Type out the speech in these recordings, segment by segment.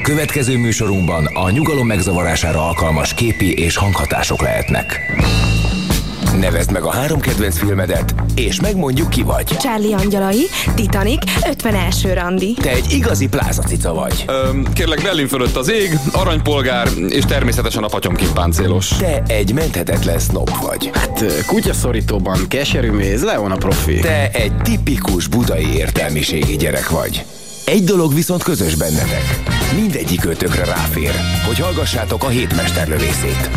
Következő műsorunkban a nyugalom megzavarására alkalmas képi és hanghatások lehetnek. Nevezd meg a 3 kedvenc filmedet, és megmondjuk, ki vagy. Charlie angyalai, Titanic, 51. randi. Te egy igazi plázacica vagy. Kérlek, Berlin fölött az ég, aranypolgár, és természetesen a fatyomkimpáncélos. Te egy menthetetlen snob vagy. Hát kutyaszorítóban keserű méz, Leon a profi. Te egy tipikus budai értelmiségi gyerek vagy. Egy dolog viszont közös bennetek. Mindegyikőtökre ráfér, hogy hallgassátok a Hétmesterlövészét.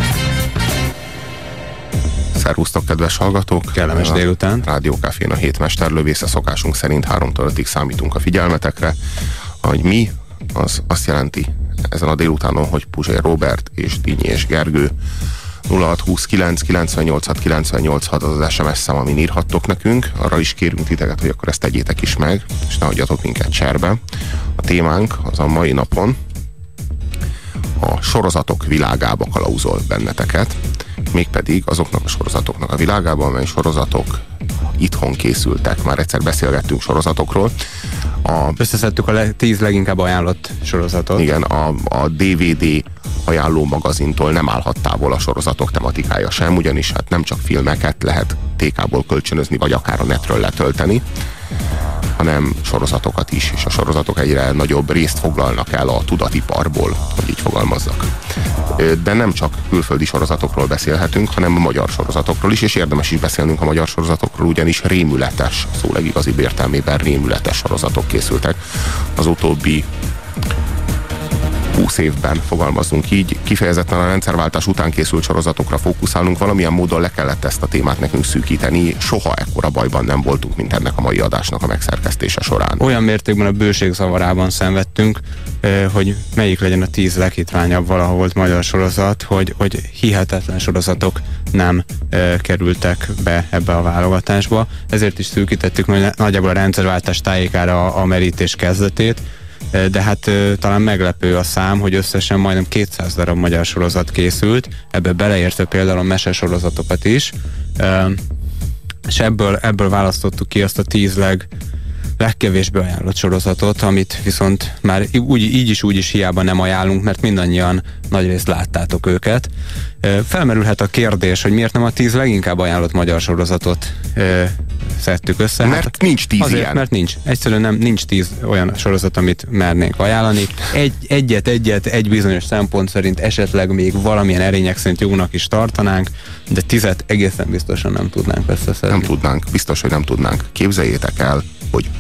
Szervusztok, kedves hallgatók! Kellemes délután! Rádiókafén a Hétmesterlövésze, szokásunk szerint 3-tól 5-ig számítunk a figyelmetekre. Hogy mi, az azt jelenti ezen a délutánon, hogy Puzsér Róbert és Dínyi és Gergő 0629 986 986 az az SMS szám, amin írhattok nekünk. Arra is kérünk titeket, hogy akkor ezt tegyétek is meg, és ne hagyjatok minket cserbe. A témánk az a mai napon a sorozatok világába kalauzol benneteket, mégpedig azoknak a sorozatoknak a világában, amely sorozatok itthon készültek. Már egyszer beszélgettünk sorozatokról. Összeszedtük a 10 leginkább ajánlott sorozatot. Igen, a DVD ajánló magazintól nem állhat távol a sorozatok tematikája sem, ugyanis hát nem csak filmeket lehet TK-ból kölcsönözni, vagy akár a netről letölteni, hanem sorozatokat is, és a sorozatok egyre nagyobb részt foglalnak el a tudatiparból, hogy így fogalmazzak. De nem csak külföldi sorozatokról beszélhetünk, hanem a magyar sorozatokról is, és érdemes is beszélnünk a magyar sorozatokról, ugyanis rémületes, szó legigazibb értelmében rémületes sorozatok készültek az utóbbi 20 évben, fogalmazunk így. Kifejezetten a rendszerváltás után készült sorozatokra fókuszálunk, valamilyen módon le kellett ezt a témát nekünk szűkíteni. Soha ekkora bajban nem voltunk, mint ennek a mai adásnak a megszerkesztése során. Olyan mértékben a bőség zavarában szenvedtünk, hogy melyik legyen a 10 leghitványabb valaha volt magyar sorozat, hogy hihetetlen sorozatok nem kerültek be ebbe a válogatásba. Ezért is szűkítettük nagyjából a rendszerváltás tájékára a merítés kezdetét, de hát talán meglepő a szám, hogy összesen majdnem 200 darab magyar sorozat készült, ebbe beleértve például a mesesorozatokat is, és ebből választottuk ki azt a 10 legkevésbé ajánlott sorozatot, amit viszont már így is hiába nem ajánlunk, mert mindannyian nagyrészt láttátok őket. Felmerülhet a kérdés, hogy miért nem a 10 leginkább ajánlott magyar sorozatot szedtük össze. Mert nincs 10 azért, ilyen. Mert egyszerűen nincs 10 olyan sorozat, amit mernénk ajánlani. Egy bizonyos szempont szerint esetleg még valamilyen erények szerint jónak is tartanánk, de 10 egészen biztosan nem tudnánk összeszedni. Nem tudnánk, biztos, hogy nem tudnánk. Képzeljétek el, hogy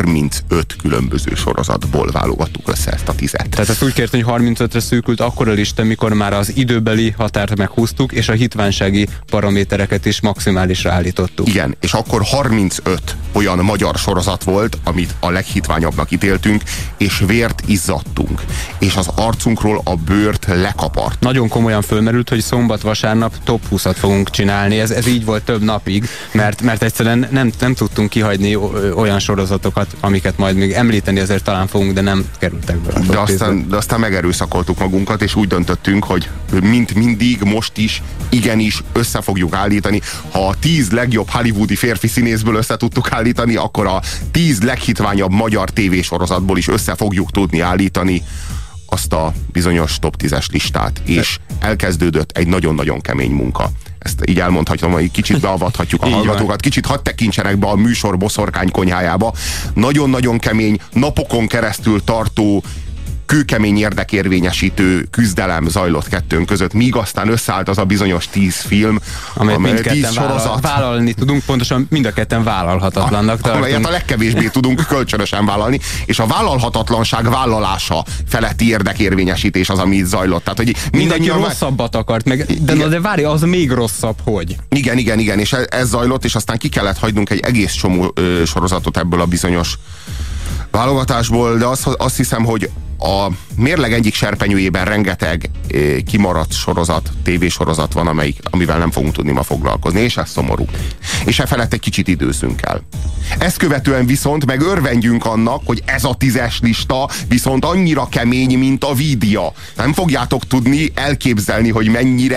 35 különböző sorozatból válogattuk össze ezt a 10. Tehát ezt úgy kértem, hogy 35-re szűkült akkor a lista, mikor már az időbeli határt meghúztuk, és a hitványsági paramétereket is maximálisra állítottuk. Igen, és akkor 35 olyan magyar sorozat volt, amit a leghitványabbnak ítéltünk, és vért izzadtunk. És az arcunkról a bőrt lekapart. Nagyon komolyan fölmerült, hogy szombat-vasárnap top 20-at fogunk csinálni. Ez így volt több napig, mert egyszerűen nem tudtunk kihagyni olyan sorozatokat, amiket majd még említeni azért talán fogunk, de nem kerültek be. De aztán megerőszakoltuk magunkat, és úgy döntöttünk, hogy mint mindig, most is, igenis össze fogjuk állítani. Ha a 10 legjobb hollywoodi férfi színészből össze tudtuk állítani, akkor a 10 leghitványabb magyar tévésorozatból is össze fogjuk tudni állítani azt a bizonyos top 10-es listát. És elkezdődött egy nagyon-nagyon kemény munka. Ezt így elmondhatom, hogy kicsit beavathatjuk a hallgatókat, kicsit hadd tekintsenek be a műsor boszorkány konyhájába. Nagyon-nagyon kemény, napokon keresztül tartó, kőkemény érdekérvényesítő küzdelem zajlott kettőnk között, míg aztán összeállt az a bizonyos 10 film, amelyet 10 sorozat vállalni tudunk, pontosan mind a ketten vállalhatatlannak tartunk. Amelyet a legkevésbé tudunk kölcsönösen vállalni, és a vállalhatatlanság vállalása feletti érdekérvényesítés az, ami zajlott. Tehát, hogy mindenki rosszabbat akart, de várj, az még rosszabb, hogy? Igen, és ez zajlott, és aztán ki kellett hagynunk egy egész csomó sorozatot ebből a bizonyos válogatásból, de azt hiszem, hogy a mérleg egyik serpenyőjében rengeteg kimaradt sorozat, tévésorozat van, amivel nem fogunk tudni ma foglalkozni, és ez szomorú. És e felett egy kicsit időzünk el. Ezt követően viszont meg örvendjünk annak, hogy ez a 10-es lista viszont annyira kemény, mint a Vídia. Nem fogjátok tudni elképzelni, hogy mennyire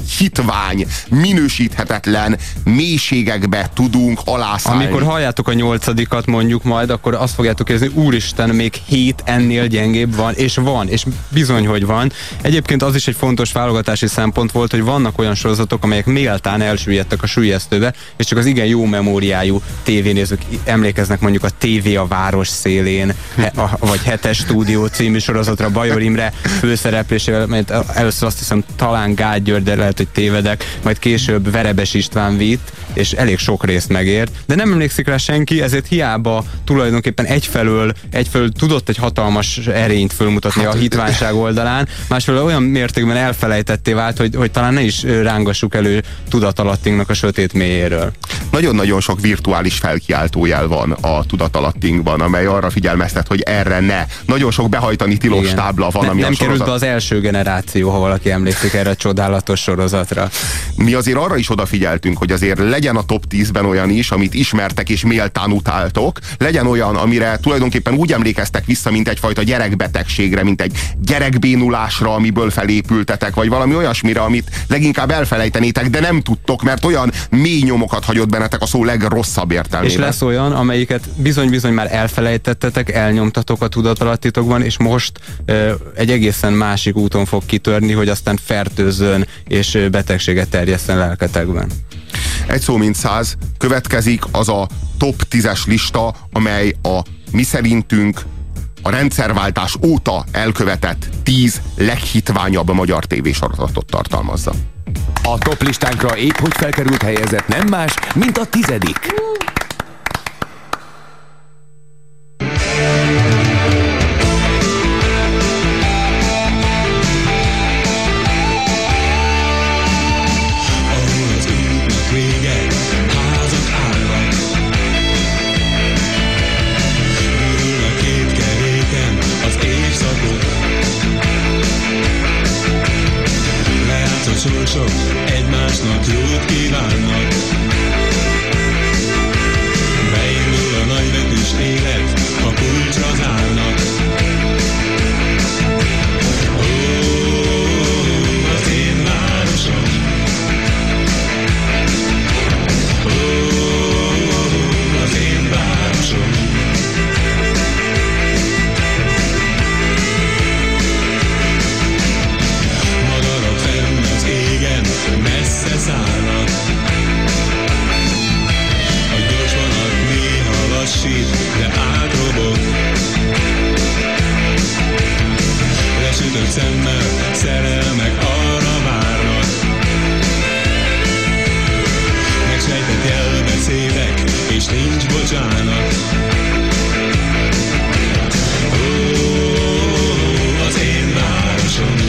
hitvány, minősíthetetlen mélységekbe tudunk alászállni. Amikor halljátok a 8-at mondjuk majd, akkor azt fogjátok érezni, úristen, még 7 ennél gyengébb van, és bizony, hogy van. Egyébként az is egy fontos válogatási szempont volt, hogy vannak olyan sorozatok, amelyek méltán elsüllyedtek a süllyesztőbe, és csak az igen jó memóriájú tévénézők emlékeznek mondjuk a TV a város szélén, vagy 7-es stúdió című sorozatra Bajor Imre főszereplésével, mert először azt hiszem talán Gágy György, de lehet, hogy tévedek, majd később Verebes István vitt, és elég sok részt megért, de nem emlékszik rá senki, ezért hiába tulajdonképpen egyfelől tudott egy hatalmas erényt fölmutatni a hitványság oldalán, másfelől olyan mértékben elfelejtetté vált, hogy talán ne is rángassuk elő tudatalattinknak a sötét mélyéről. Nagyon-nagyon sok virtuális felkiáltójel van a tudatalattinkban, amely arra figyelmeztet, hogy erre ne. Nagyon sok behajtani tilos tábla van, ami nem a került be az első generáció, ha valaki emlékszik erre a csodálatos sorozatra. Mi azért arra is odafigyeltünk, hogy azért legyen a top 10-ben olyan is, amit ismertek és méltán utáltok, legyen olyan, amire tulajdonképpen úgy emlékeztek vissza, mint egyfajta gyerekbetegségre, mint egy gyerekbénulásra, amiből felépültetek, vagy valami olyasmire, amit leginkább elfelejtenétek, de nem tudtok, mert olyan mély nyomokat hagyott bennetek a szó legrosszabb értelmében. És lesz olyan, amelyiket bizony-bizony már elfelejtettetek, elnyomtatok a tudatalatitokban, és most egy egészen másik úton fog kitörni, hogy aztán fertőzzön és betegséget terjesszen lelketekben. Egy szó mint 100, következik az a top 10-es lista, amely a mi szerintünk a rendszerváltás óta elkövetett 10 leghitványabb magyar tévésorozatot tartalmazza. A top listánkra épp hogy felkerült helyezett nem más, mint a 10. Sorsok egymásnak jót kívánnak. Beindul a nagybetűs élet, a kulcsra zárnak. Ó, az én városom. Ó, az én városom. Messze szállnak. A gyors vonat néha lassít, de átrobog. Lesütött szemmel szerelmek arra várnak. Megsejtett jelbeszédek, és nincs bocsánat. Ó, az én városom.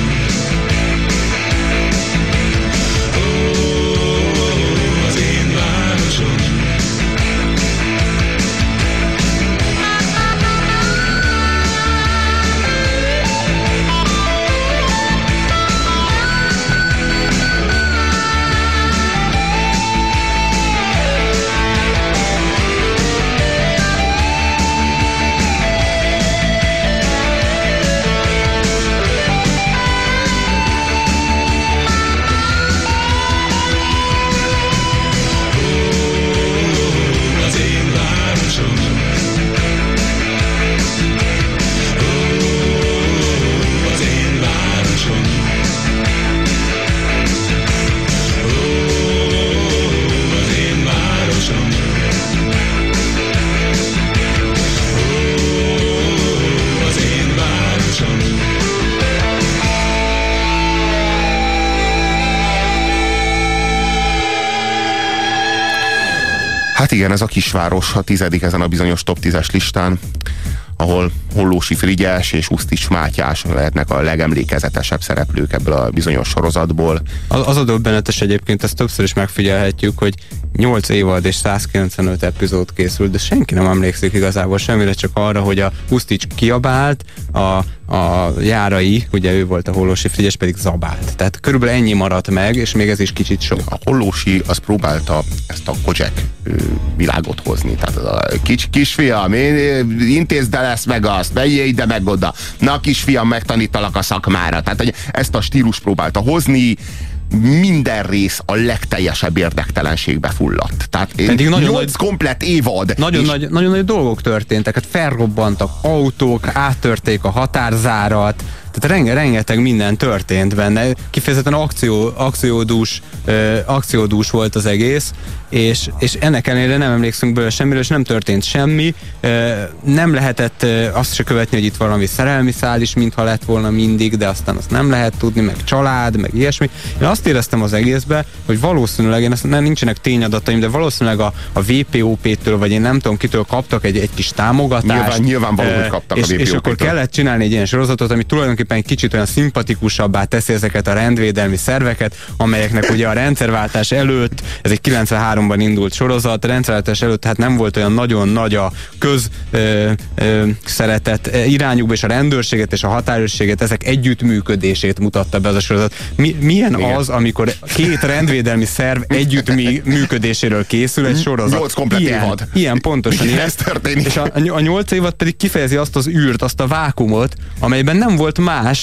Hát igen, ez a kisváros a 10. ezen a bizonyos top 10-es listán, ahol Hollósy Frigyes és Usztics Mátyás lehetnek a legemlékezetesebb szereplők ebből a bizonyos sorozatból. Az a döbbenetes egyébként, ezt többször is megfigyelhetjük, hogy 8 évad és 195 epizód készült, de senki nem emlékszik igazából semmire, csak arra, hogy a Usztics kiabált, a Járai, ugye ő volt a Hollósy Frigyes, pedig zabált. Tehát körülbelül ennyi maradt meg, és még ez is kicsit sok. A Hollósy az próbálta ezt a Kojak világot hozni. Tehát a kisfiam, intézd el ezt meg azt, menjél ide meg oda. Na kisfiam, megtanítalak a szakmára. Tehát ezt a stílus próbálta hozni, minden rész a legteljesebb érdektelenségbe fulladt. Tehát pedig 8 komplett évad. Nagyon nagy dolgok történtek, hát felrobbantak autók, áttörték a határzárat, tehát rengeteg minden történt benne, kifejezetten akciódús volt az egész, és ennek ellenére nem emlékszünk belőle semmiről, és nem történt semmi, nem lehetett azt se követni, hogy itt valami szerelmi szál is, mintha lett volna mindig, de aztán azt nem lehet tudni, meg család, meg ilyesmi. Én azt éreztem az egészben, hogy valószínűleg, én nem nincsenek tényadataim, de valószínűleg a VPOP-től, vagy én nem tudom kitől kaptak egy kis támogatást. Nyilvánvaló, hogy kaptak a VPOP-től. És akkor kellett csinálni egy ilyen sorozatot, ami tulajdonképpen egy kicsit olyan szimpatikusabbá teszi ezeket a rendvédelmi szerveket, amelyeknek ugye a rendszerváltás előtt, ez egy 93-ban indult sorozat, a rendszerváltás előtt hát nem volt olyan nagyon nagy a szeretet irányukba, és a rendőrséget és a határőrséget, ezek együttműködését mutatta be az a sorozat. Milyen az, amikor két rendvédelmi szerv együttműködéséről készül egy sorozat? 8 komplet évad. Ilyen pontosan ilyen. Ez történik. És a 8 évad pedig kifejezi azt az űrt, azt a vákumot, amelyben nem volt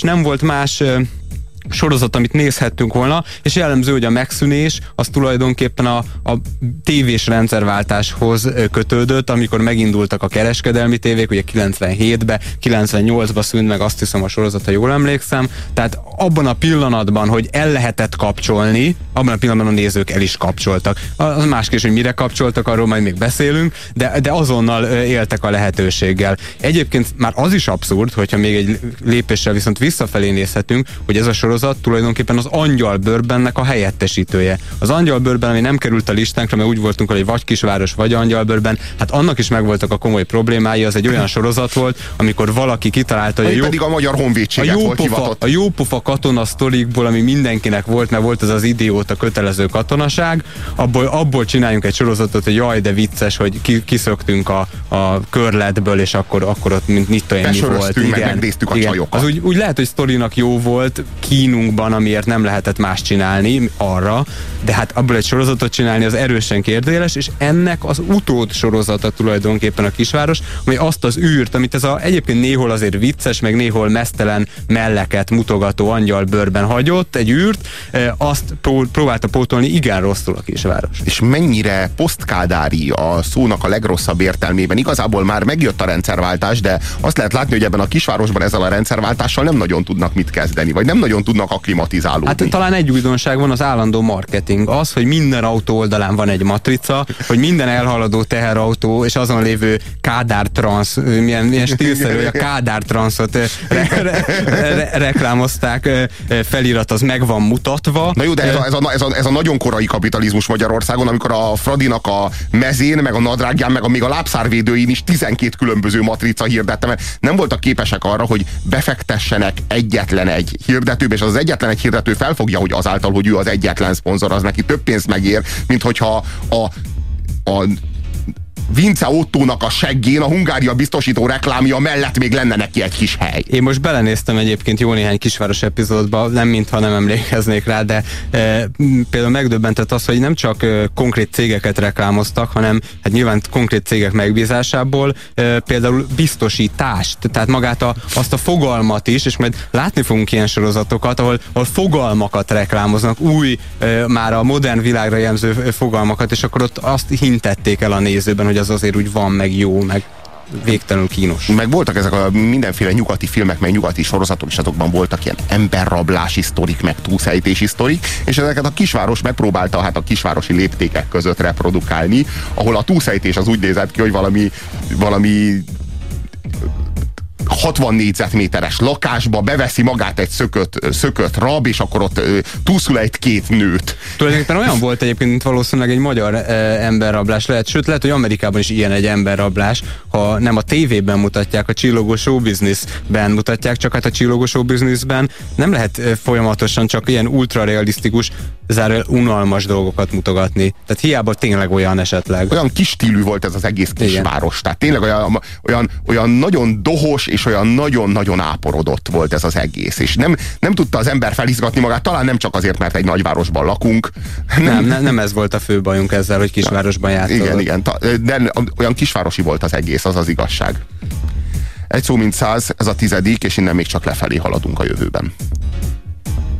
más sorozat, amit nézhettünk volna, és jellemző, hogy a megszűnés az tulajdonképpen a tévés rendszerváltáshoz kötődött, amikor megindultak a kereskedelmi tévék, ugye 97-ben, 98-ban szűnt meg, azt hiszem, a sorozat, ha jól emlékszem, tehát abban a pillanatban, hogy el lehetett kapcsolni, abban a pillanatban a nézők el is kapcsoltak. Az más kérdés, hogy mire kapcsoltak, arról majd még beszélünk, de azonnal éltek a lehetőséggel. Egyébként már az is abszurd, hogyha még egy lépéssel viszont visszafelé nézhetünk, hogy ez a sorozat tulajdonképpen az Angyalbőrbennek a helyettesítője. Az Angyalbőrben, ami nem került a listánkra, mert úgy voltunk, hogy vagy kisváros, vagy Angyalbőrben, hát annak is megvoltak a komoly problémái, az egy olyan sorozat volt, amikor valaki kitalálta, hogy pedig a Magyar Honvédséget volt hivatott. A jópofa katona sztorikból, ami mindenkinek volt, mert volt ez az idióta kötelező katonaság, abból csináljunk egy sorozatot, hogy jaj, de vicces, hogy kiszöktünk a körletből, és akkor ott mit olyan mi volt. Igen, megnéztük a csajokat. Az úgy lehet, hogy sztorinak jó volt, kínunkban, amiért nem lehetett más csinálni arra, de hát abból egy sorozatot csinálni az erősen kérdéles, és ennek az utód sorozata tulajdonképpen a Kisváros, ami azt az űrt, amit ez egyébként néhol azért vicces, meg néhol meztelen melleket mutogató Angyalbőrben hagyott, egy űrt, azt próbálta pótolni igen rosszul a Kisváros. És mennyire posztkádári a szónak a legrosszabb értelmében. Igazából már megjött a rendszerváltás, de azt lehet látni, hogy ebben a Kisvárosban ezzel a rendszerváltással nem nagyon tudnak mit kezdeni, vagy nem nagyon tudnak akklimatizálódni. Hát talán egy újdonság van, az állandó marketing. Az, hogy minden autó oldalán van egy matrica, hogy minden elhaladó teherautó és azon lévő Kádár Transz, milyen stílszerű, hogy a Kádár Transzot reklámozták, felirat az meg van mutatva. Na jó, de ez a nagyon korai kapitalizmus Magyarországon, amikor a Fradinak a mezén, meg a nadrágján, meg még a lábszárvédőin is 12 különböző matrica hirdette, mert nem voltak képesek arra, hogy befektessenek egyetlen egy hirdetőbe, és az egyetlen egy hirdető felfogja, hogy azáltal, hogy ő az egyetlen szponzor, az neki több pénzt megér, mint hogyha a Vince Ottónak a seggén a Hungária biztosító reklámja mellett még lenne neki egy kis hely. Én most belenéztem egyébként jó néhány Kisváros epizódba, nem mintha nem emlékeznék rá, de például megdöbbentett az, hogy nem csak konkrét cégeket reklámoztak, hanem hát nyilván konkrét cégek megbízásából például biztosítást, tehát magát azt a fogalmat is, és majd látni fogunk ilyen sorozatokat, ahol fogalmakat reklámoznak, új, már a modern világra jellemző fogalmakat, és akkor ott azt hintették el a nézőben, hogy az azért úgy van, meg jó, meg végtelenül kínos. Meg voltak ezek a mindenféle nyugati filmek, meg nyugati sorozatok, és azokban voltak ilyen emberrablási sztorik, meg túlszejtési sztorik, és ezeket a Kisváros megpróbálta hát a kisvárosi léptékek között reprodukálni, ahol a túlszejtés az úgy nézett ki, hogy valami 60 négyzetméteres lakásba beveszi magát egy szökött rab, és akkor ott túlszulejt 2 nőt. Tulajdonképpen olyan volt egyébként, mint valószínűleg egy magyar emberrablás lehet, sőt lehet, hogy Amerikában is ilyen egy emberrablás, ha nem a tévében mutatják, a Csillogó Show Businessben mutatják, csak hát a Csillogó Show Businessben nem lehet folyamatosan csak ilyen ultrarealisztikus, zárójel unalmas dolgokat mutogatni. Tehát hiába tényleg olyan esetleg. Olyan kis stílű volt ez az egész Kisváros. Tehát tényleg olyan nagyon dohos, és olyan nagyon-nagyon áporodott volt ez az egész. És nem tudta az ember felizgatni magát, talán nem csak azért, mert egy nagyvárosban lakunk. Nem ez volt a fő bajunk ezzel, hogy kisvárosban játszol. Igen, de olyan kisvárosi volt az egész, az az igazság. Egy szó mint 100, ez a 10., és innen még csak lefelé haladunk a jövőben.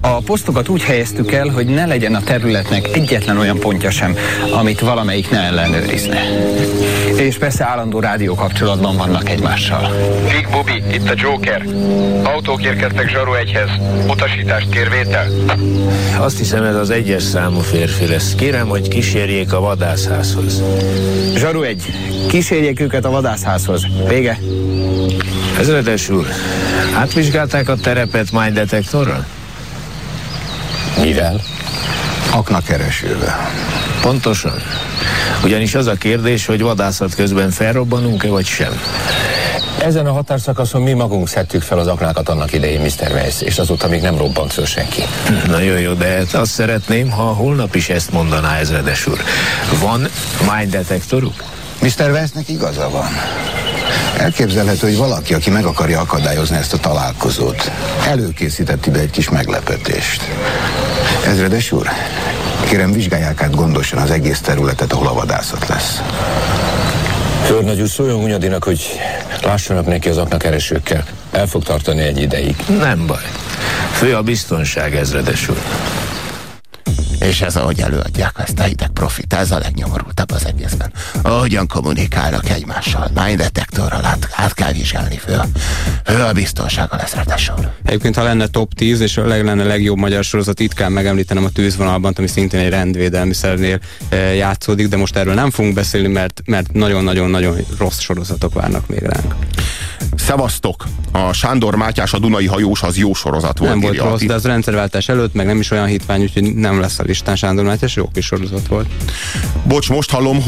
A posztokat úgy helyeztük el, hogy ne legyen a területnek egyetlen olyan pontja sem, amit valamelyik ne ellenőrizne. És persze állandó rádiókapcsolatban vannak egymással. Big Bobby, itt a Joker. Autók érkeztek Zsaru 1-hez. Utasítást kér vétel? Azt hiszem, ez az 1-es számú férfi lesz. Kérem, hogy kísérjék a vadászházhoz. Zsaru 1, kísérjék őket a vadászházhoz. Vége. Ezredes úr, átvizsgálták a terepet mánydetektorral? Mivel? Aknakeresővel. Pontosan. Ugyanis az a kérdés, hogy vadászat közben felrobbanunk-e, vagy sem. Ezen a határszakaszon mi magunk szedtük fel az aknákat annak idején, Mr. Weiss, és azóta még nem robbant föl senki. Na jó, de hát azt szeretném, ha holnap is ezt mondaná, ezredes úr. Van mánydetektoruk? Mr. Weissnek igaza van. Elképzelhető, hogy valaki, aki meg akarja akadályozni ezt a találkozót, előkészített ide egy kis meglepetést. Ezredes úr, kérem, vizsgálják át gondosan az egész területet, ahol a vadászat lesz. Őrnagy úr, szóljon Hunyadinak, hogy lássanak neki az aknakeresőkkel. El fog tartani egy ideig. Nem baj. Fő a biztonság, ezredes úr. És ez ahogy előadják ezt a hideg profit, ez a legnyomorultabb az egészben. Ahogyan kommunikálnak egymással, mánydetektorral át kell vizsgálni fő a biztonsággal, ezredes úr. Egyébként, ha lenne top 10, és lenne legjobb magyar sorozat, itt kell megemlítenem a Tűzvonalban, ami szintén egy rendvédelmi szernél játszódik, de most erről nem fogunk beszélni, mert nagyon-nagyon-nagyon rossz sorozatok várnak még ránk. Szevasztok! A Sándor Mátyás, a Dunai hajós az jó sorozat volt. Nem volt rossz, de az rendszerváltás előtt, meg nem is olyan hitvány, úgyhogy nem lesz a listán Sándor Mátyás, jó kis sorozat volt. Bocs, most hallom,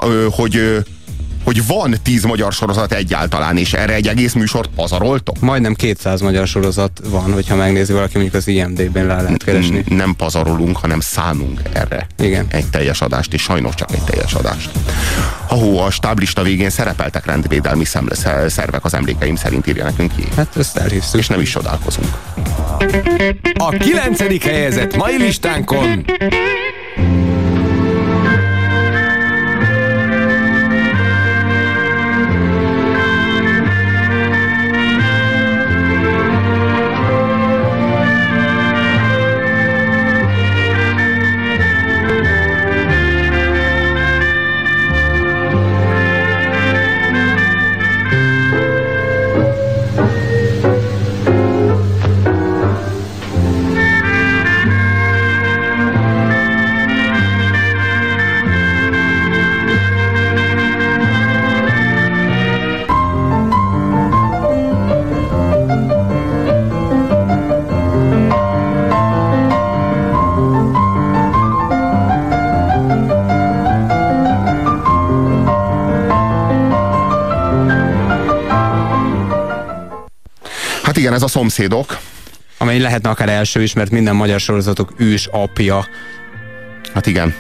hogy van 10 magyar sorozat egyáltalán, és erre egy egész műsort pazaroltok? Majdnem 200 magyar sorozat van, hogyha megnézi valaki, mondjuk az IMDb-ben rá lehet keresni. Nem pazarolunk, hanem szánunk erre. Igen. Egy teljes adást, és sajnos csak egy teljes adást. A stáblista végén szerepeltek rendvédelmi szervek, az emlékeim szerint, írja nekünk ki. Hát ezt elhisztük. És nem is csodálkozunk. A 9. helyezett mai listánkon igen, ez a Szomszédok. Amely lehetne akár első is, mert minden magyar sorozatok ős apja. Hát igen.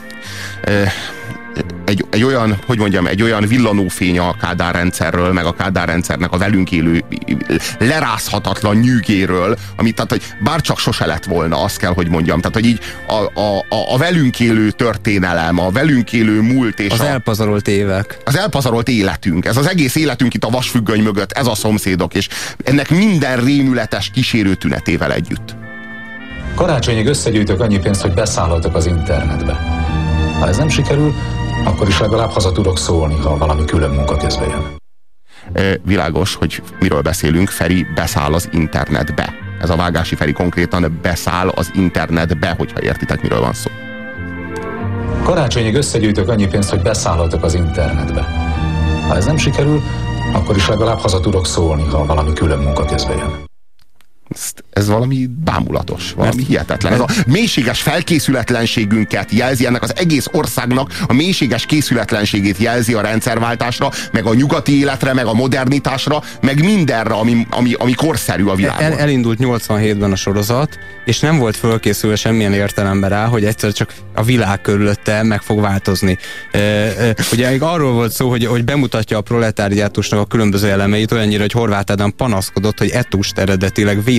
Egy olyan, hogy mondjam, egy olyan villanófény a Kádár rendszerről, meg a Kádár rendszernek a velünk élő lerázhatatlan nyűgéről, amit tehát, hogy bárcsak sose lett volna, azt kell, hogy mondjam. Tehát, hogy így a velünk élő történelem, a velünk élő múlt és az elpazarolt évek. Az elpazarolt életünk. Ez az egész életünk itt a vasfüggöny mögött, ez a Szomszédok, és ennek minden rémületes kísérő tünetével együtt. Karácsonyig összegyűjtök annyi pénzt, hogy beszállhatok az internetbe. Ha ez nem sikerül, akkor is legalább haza tudok szólni, ha valami külön munka közbe jön. Világos, hogy miről beszélünk. Feri beszáll az internetbe. Ez a Vágási Feri konkrétan beszáll az internetbe, hogyha értitek, miről van szó. Karácsonyig összegyűjtök annyi pénzt, hogy beszállhatok az internetbe. Ha ez nem sikerül, akkor is legalább haza tudok szólni, ha valami külön munka közbe jön. Ez valami bámulatos, valami hihetetlen. Ez a mélységes felkészületlenségünket jelzi, ennek az egész országnak a mélységes készületlenségét jelzi a rendszerváltásra, meg a nyugati életre, meg a modernitásra, meg mindenre, ami korszerű a világon. Elindult 87-ben a sorozat, és nem volt fölkészülve semmilyen értelemben rá, hogy egyszer csak a világ körülötte meg fog változni. Ugye arról volt szó, hogy bemutatja a proletáriátusnak a különböző elemeit, olyannyira, hogy Horváth Ádám panaszkodott, hogy Etust eredetileg vécésnél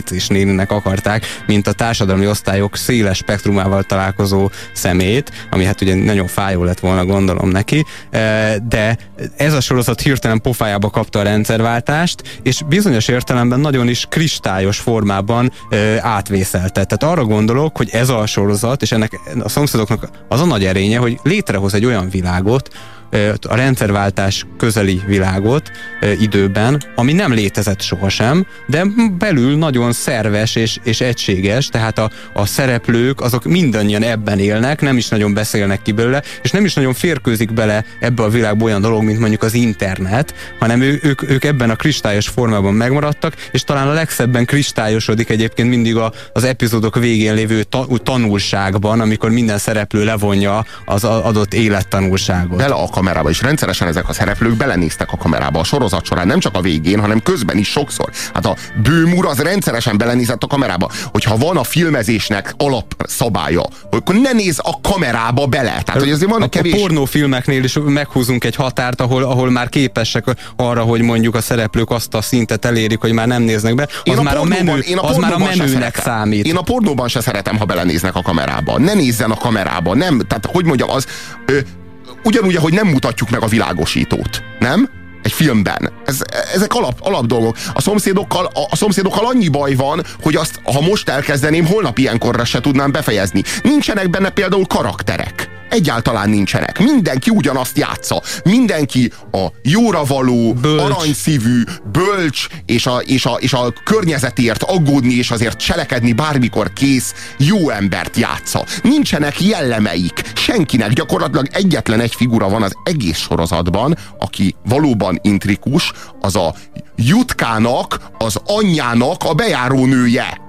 színnek akarták, mint a társadalmi osztályok széles spektrumával találkozó szemét, ami hát ugye nagyon fájó lett volna, gondolom neki, de ez a sorozat hirtelen pofájába kapta a rendszerváltást, és bizonyos értelemben nagyon is kristályos formában átvészelte. Tehát arra gondolok, hogy ez a sorozat, és ennek a szomszédoknak az a nagy erénye, hogy létrehoz egy olyan világot, a rendszerváltás közeli világot időben, ami nem létezett sohasem, de belül nagyon szerves és egységes, tehát a szereplők azok mindannyian ebben élnek, nem is nagyon beszélnek ki belőle, és nem is nagyon férkőzik bele ebbe a világba olyan dolog, mint mondjuk az internet, hanem ők ebben a kristályos formában megmaradtak, és talán a legszebben kristályosodik egyébként mindig az epizódok végén lévő tanulságban, amikor minden szereplő levonja az adott élettanulságot. Bele a kamerába, és rendszeresen ezek a szereplők belenéztek a kamerába a sorozat során, nem csak a végén, hanem közben is sokszor. Hát a Böhm úr az rendszeresen belenézett a kamerába. Hogyha van a filmezésnek alapszabálya, akkor ne nézz a kamerába bele. Tehát, hogy azért van kevés... A pornófilmeknél is meghúzunk egy határt, ahol már képesek arra, hogy mondjuk a szereplők azt a szintet elérik, hogy már nem néznek be. Az már a menőnek számít. Én a pornóban se szeretem, ha belenéznek a kamerába. Ne nézzen a kamerába. Nem, tehát hogy mondjam, az... ugyanúgy, ahogy nem mutatjuk meg a világosítót, nem? Egy filmben. Ezek alap dolgok. A szomszédokkal annyi baj van, hogy azt, ha most elkezdeném, holnap ilyenkorra se tudnám befejezni. Nincsenek benne például karakterek. Egyáltalán nincsenek. Mindenki ugyanazt játsza. Mindenki a jóravaló, aranyszívű, bölcs, és a környezetért aggódni, és azért cselekedni bármikor kész jó embert játsza. Nincsenek jellemeik. Senkinek. Gyakorlatilag egyetlen egy figura van az egész sorozatban, aki valóban intrikus, az a Jutkának, az anyjának a bejárónője.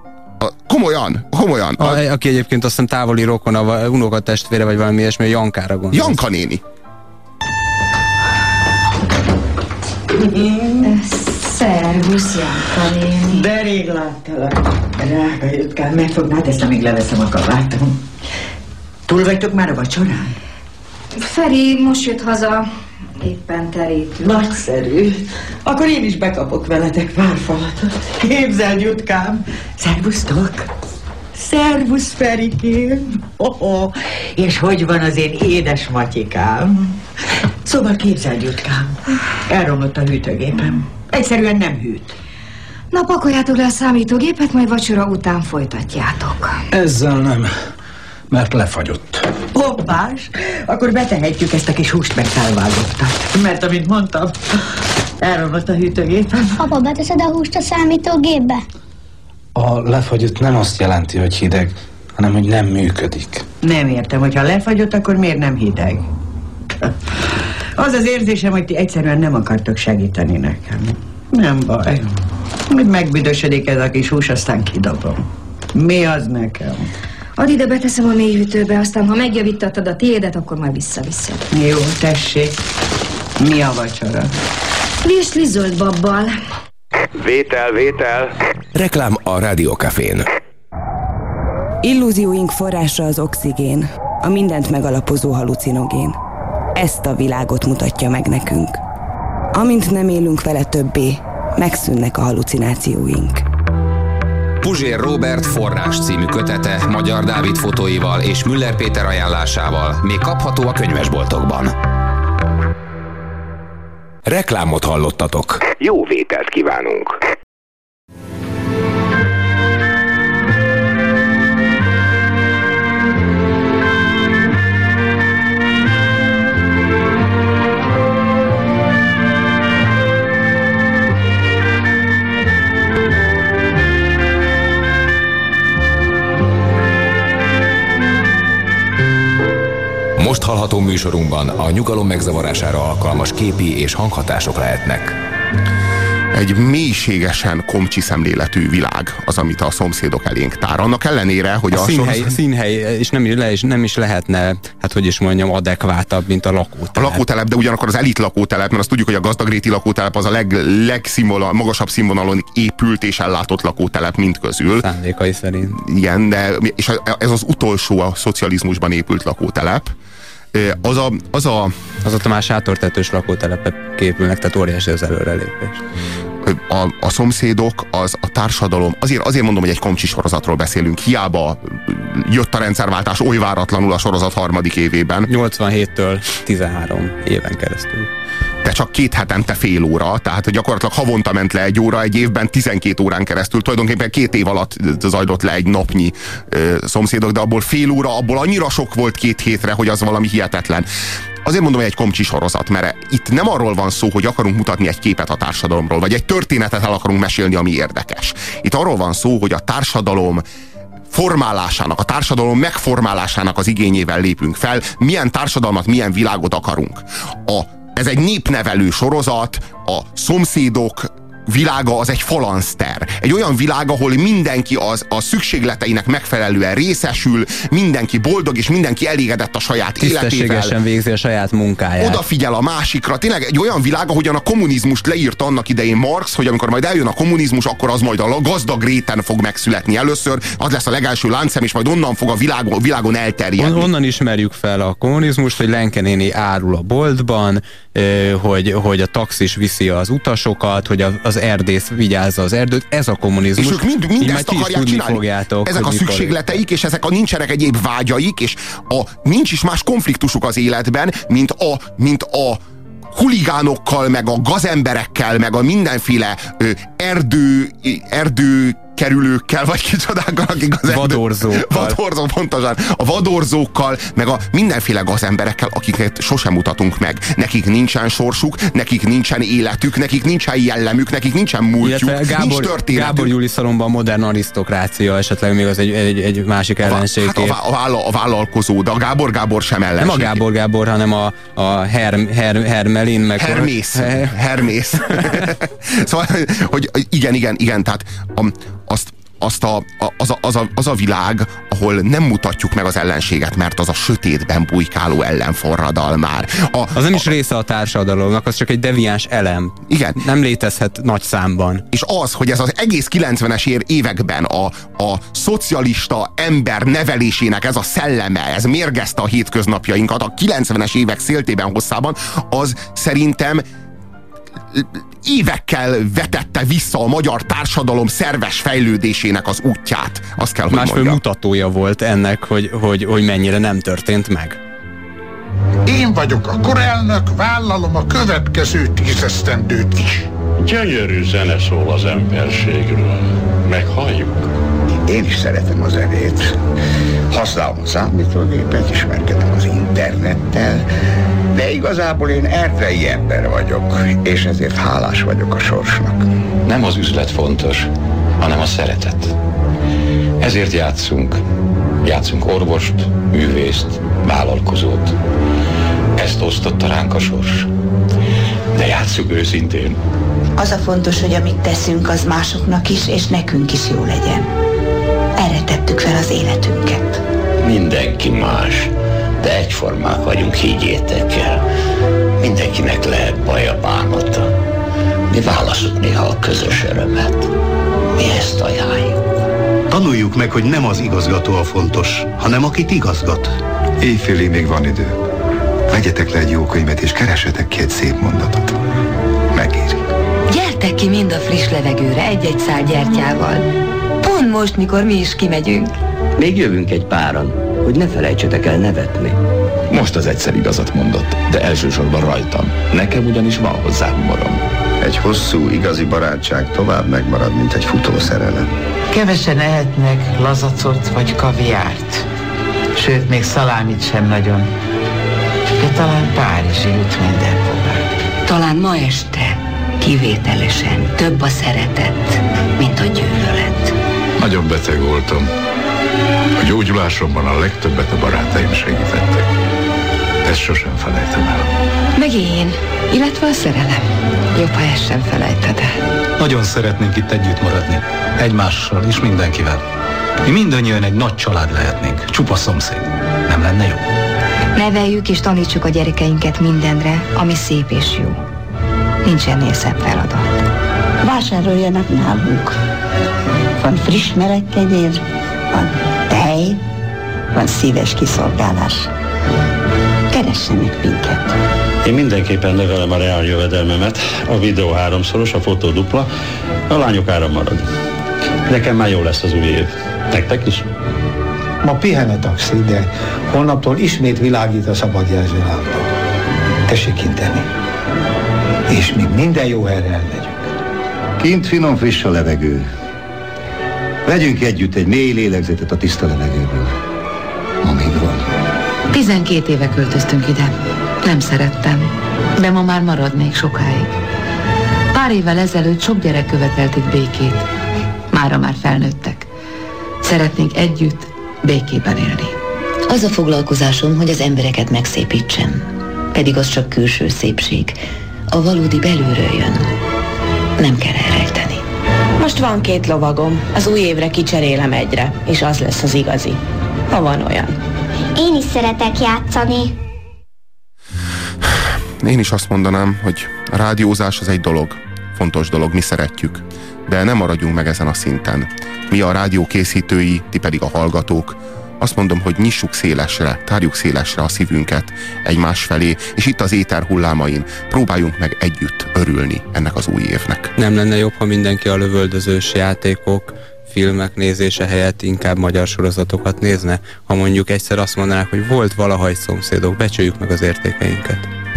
Komolyan. Aki egyébként azt hiszem távoli rokona, unokatestvére, vagy valami ilyesmi, Jankára gondol. Janka néni. Szervusz, Janka néni. De rég láttalak. Drága Jutkám, megfognád ezt, amíg leveszem a kabátom. Túl vagytok már a vacsorán? Feri most jött haza. Éppen terítünk. Nagyszerű. Akkor én is bekapok veletek pár falatot. Képzeld, Jutkám. Szervusztok. Szervusz, Ferikém. És hogy van az én édes Matyikám? Szóval képzeld, Jutkám. Elromlott a hűtőgépem. Egyszerűen nem hűt. Na, pakoljátok le a számítógépet, majd vacsora után folytatjátok. Ezzel nem, mert lefagyott. Hoppás, akkor betehetjük ezt a kis húst megtálvágottat. Mert amint mondtam, elromlott a hűtőgépem. Apa, beteszed a húst a számítógépbe? A lefagyott nem azt jelenti, hogy hideg, hanem hogy nem működik. Nem értem, hogyha lefagyott, akkor miért nem hideg? Az az érzésem, hogy ti egyszerűen nem akartok segíteni nekem. Nem baj. Hogy megbüdösödik ez a kis hús, aztán kidobom. Mi az nekem? Add ide, beteszem a mélyhűtőbe, aztán ha megjavítottad a tiédet, akkor majd visszaviszed. Jó, tessék. Mi a vacsora? Virsli zöld babbal. Vétel. Reklám a Rádiókafén. Illúzióink forrása az oxigén, a mindent megalapozó halucinogén. Ezt a világot mutatja meg nekünk. Amint nem élünk vele többé, megszűnnek a halucinációink. Puzsér Róbert forrás című kötete Magyar Dávid fotóival és Müller Péter ajánlásával még kapható a könyvesboltokban. Reklámot hallottatok. Jó vételt kívánunk! Most hallható műsorunkban a nyugalom megzavarására alkalmas képi és hanghatások lehetnek. Egy mélységesen komcsi szemléletű világ az, amit a szomszédok elénk tár. Annak ellenére, hogy a színhely és nem is lehetne, hát hogy is mondjam, adekvátabb, mint a lakótelep. A lakótelep, de ugyanakkor az elit lakótelep, mert azt tudjuk, hogy a gazdagréti lakótelep az a magasabb színvonalon épült és ellátott lakótelep mindközül. Szándékai szerint. Igen, de és ez az utolsó a szocializmusban épült lakótelep. Azóta már sátortetős lakótelepek képülnek, tehát óriási az előrelépés. a szomszédok, a társadalom, azért mondom, hogy egy komcsi sorozatról beszélünk, hiába jött a rendszerváltás oly váratlanul a sorozat 3. évében. 87-től 13 éven keresztül. De csak 2 hetente fél óra, tehát gyakorlatilag havonta ment le 1 óra, egy évben 12 órán keresztül, tulajdonképpen 2 év alatt zajlott le egy napnyi szomszédok, de abból fél óra, abból annyira sok volt 2 hétre, hogy az valami hihetetlen. Azért mondom, hogy egy komcsi sorozat, mert itt nem arról van szó, hogy akarunk mutatni egy képet a társadalomról, vagy egy történetet el akarunk mesélni, ami érdekes. Itt arról van szó, hogy a társadalom formálásának, a társadalom megformálásának az igényével lépünk fel, milyen társadalmat, milyen világot akarunk. Ez egy népnevelő sorozat, a szomszédok világa az egy falanszter. Egy olyan világ, ahol mindenki a szükségleteinek megfelelően részesül, mindenki boldog, és mindenki elégedett a saját életével. Tisztességesen végzi a saját munkáját. Odafigyel a másikra. Tényleg egy olyan világ, ahogyan a kommunizmust leírta annak idején Marx, hogy amikor majd eljön a kommunizmus, akkor az majd a gazdag réten fog megszületni először, az lesz a legelső láncszem, és majd onnan fog a világon elterjedni. Onnan ismerjük fel a kommunizmust, hogy Lenke néni árul a boltban, hogy a taxis viszi az utasokat, hogy az erdész vigyázza az erdőt. Ez a kommunizmus. És ők mind ezt akarják csinálni. Fogjátok, ezek a szükségleteik, és ezek nincsenek egyéb vágyaik, és nincs is más konfliktusuk az életben, mint a huligánokkal, meg a gazemberekkel, meg a mindenféle erdőkerülőkkel, vagy kicsodákkal, akik az vadorzókkal. Pontosan. A vadorzókkal, meg a mindenféle gazemberekkel, akiket sosem mutatunk meg. Nekik nincsen sorsuk, nekik nincsen életük, nekik nincsen jellemük, nekik nincsen múltjuk, nincs történetük. Gábor Júli szalomban a modern arisztokrácia, esetleg még az egy másik ellenség. A vállalkozó, de a Gábor sem ellenség. Nem a Gábor, hanem a Hermelin, meg Hermész. Szóval, hogy igen, tehát az a világ, ahol nem mutatjuk meg az ellenséget, mert az a sötétben bujkáló ellenforradal már. Az nem is része a társadalomnak, az csak egy deviáns elem. Igen. Nem létezhet nagy számban. És az, hogy ez az egész 90-es években a szocialista ember nevelésének ez a szelleme, ez mérgezte a hétköznapjainkat a 90-es évek széltében hosszában, az szerintem évekkel vetette vissza a magyar társadalom szerves fejlődésének az útját. Azt kell, hogy másfél mutatója volt ennek, hogy mennyire nem történt meg. Én vagyok a korelnök, vállalom a következő 10 esztendőt is. Gyönyörű zene szól az emberségről. Meghalljuk? Én is szeretem a zenét. Használom a számítógépet, ismerkedem az internettel, de igazából én erdei ember vagyok, és ezért hálás vagyok a sorsnak. Nem az üzlet fontos, hanem a szeretet. Ezért játszunk. Játszunk orvost, művészt, vállalkozót. Ezt osztotta ránk a sors. De játsszuk őszintén. Az a fontos, hogy amit teszünk, az másoknak is, és nekünk is jó legyen. Erre tettük fel az életünket. Mindenki más, de egyformák vagyunk, higgyétek el. Mindenkinek lehet baja, bánata. Mi válaszunk néha a közös örömet. Mi ezt ajánljuk. Tanuljuk meg, hogy nem az igazgató a fontos, hanem akit igazgat. Éjfélig még van idő. Vegyetek le egy jó könyvet, és keressetek ki egy szép mondatot. Megéri. Gyertek ki mind a friss levegőre egy-egy szál gyertyával. Pont most, mikor mi is kimegyünk. Még jövünk egy páran, hogy ne felejtsetek el nevetni. Most az egyszer igazat mondott, de elsősorban rajtam. Nekem ugyanis van hozzá humorom. Egy hosszú, igazi barátság tovább megmarad, mint egy futószerelem. Kevesen ehetnek lazacot vagy kaviárt. Sőt, még szalámit sem nagyon. De talán Párizsi jut mindenhova. Talán ma este kivételesen több a szeretet, mint a gyűlölet. Nagyon beteg voltam. A gyógyulásomban a legtöbbet a barátaim segítettek. Ezt sosem felejtem el. Meg én, illetve a szerelem. Jobb, ha ezt sem felejted el. Nagyon szeretnénk itt együtt maradni. Egymással és mindenkivel. Mi mindannyian egy nagy család lehetnénk. Csupa szomszéd. Nem lenne jó? Neveljük és tanítsuk a gyerekeinket mindenre, ami szép és jó. Nincs ennél szebb feladat. Vásároljanak nálunk. Van friss melegkenyér, van tej, van szíves kiszolgálás. Keressenek keressenek minket. Én mindenképpen növelem a reál jövedelmemet, a videó 3-szoros, a fotó dupla, a lányok ára marad. Nekem már jó lesz az új év. Nektek is? Ma pihen a taxi, de holnaptól ismét világít a szabadjelzőlámpa. Tessék kint tenni. És még minden jó helyre elmegyünk. Kint finom, friss a levegő. Vegyünk együtt egy mély lélegzetet a tiszta levegőből. Ma még van. 12 éve költöztünk ide. Nem szerettem, de ma már maradnék sokáig. Pár évvel ezelőtt sok gyerek követelt itt békét. Mára már felnőttek. Szeretnénk együtt békében élni. Az a foglalkozásom, hogy az embereket megszépítsem. Pedig az csak külső szépség. A valódi belülről jön. Nem kell elrejteni. Most van 2 lovagom. Az új évre kicserélem egyre, és az lesz az igazi. Ha van olyan. Én is szeretek játszani. Én is azt mondanám, hogy a rádiózás az egy dolog, fontos dolog, mi szeretjük, de nem maradjunk meg ezen a szinten. Mi a rádió készítői, ti pedig a hallgatók. Azt mondom, hogy nyissuk szélesre, tárjuk szélesre a szívünket egymás felé, és itt az éter hullámain próbáljunk meg együtt örülni ennek az új évnek. Nem lenne jobb, ha mindenki a lövöldözős játékok, filmek nézése helyett inkább magyar sorozatokat nézne? Ha mondjuk egyszer azt mondanák, hogy volt valaha egy szomszédok, becsüljük meg az értékeinket.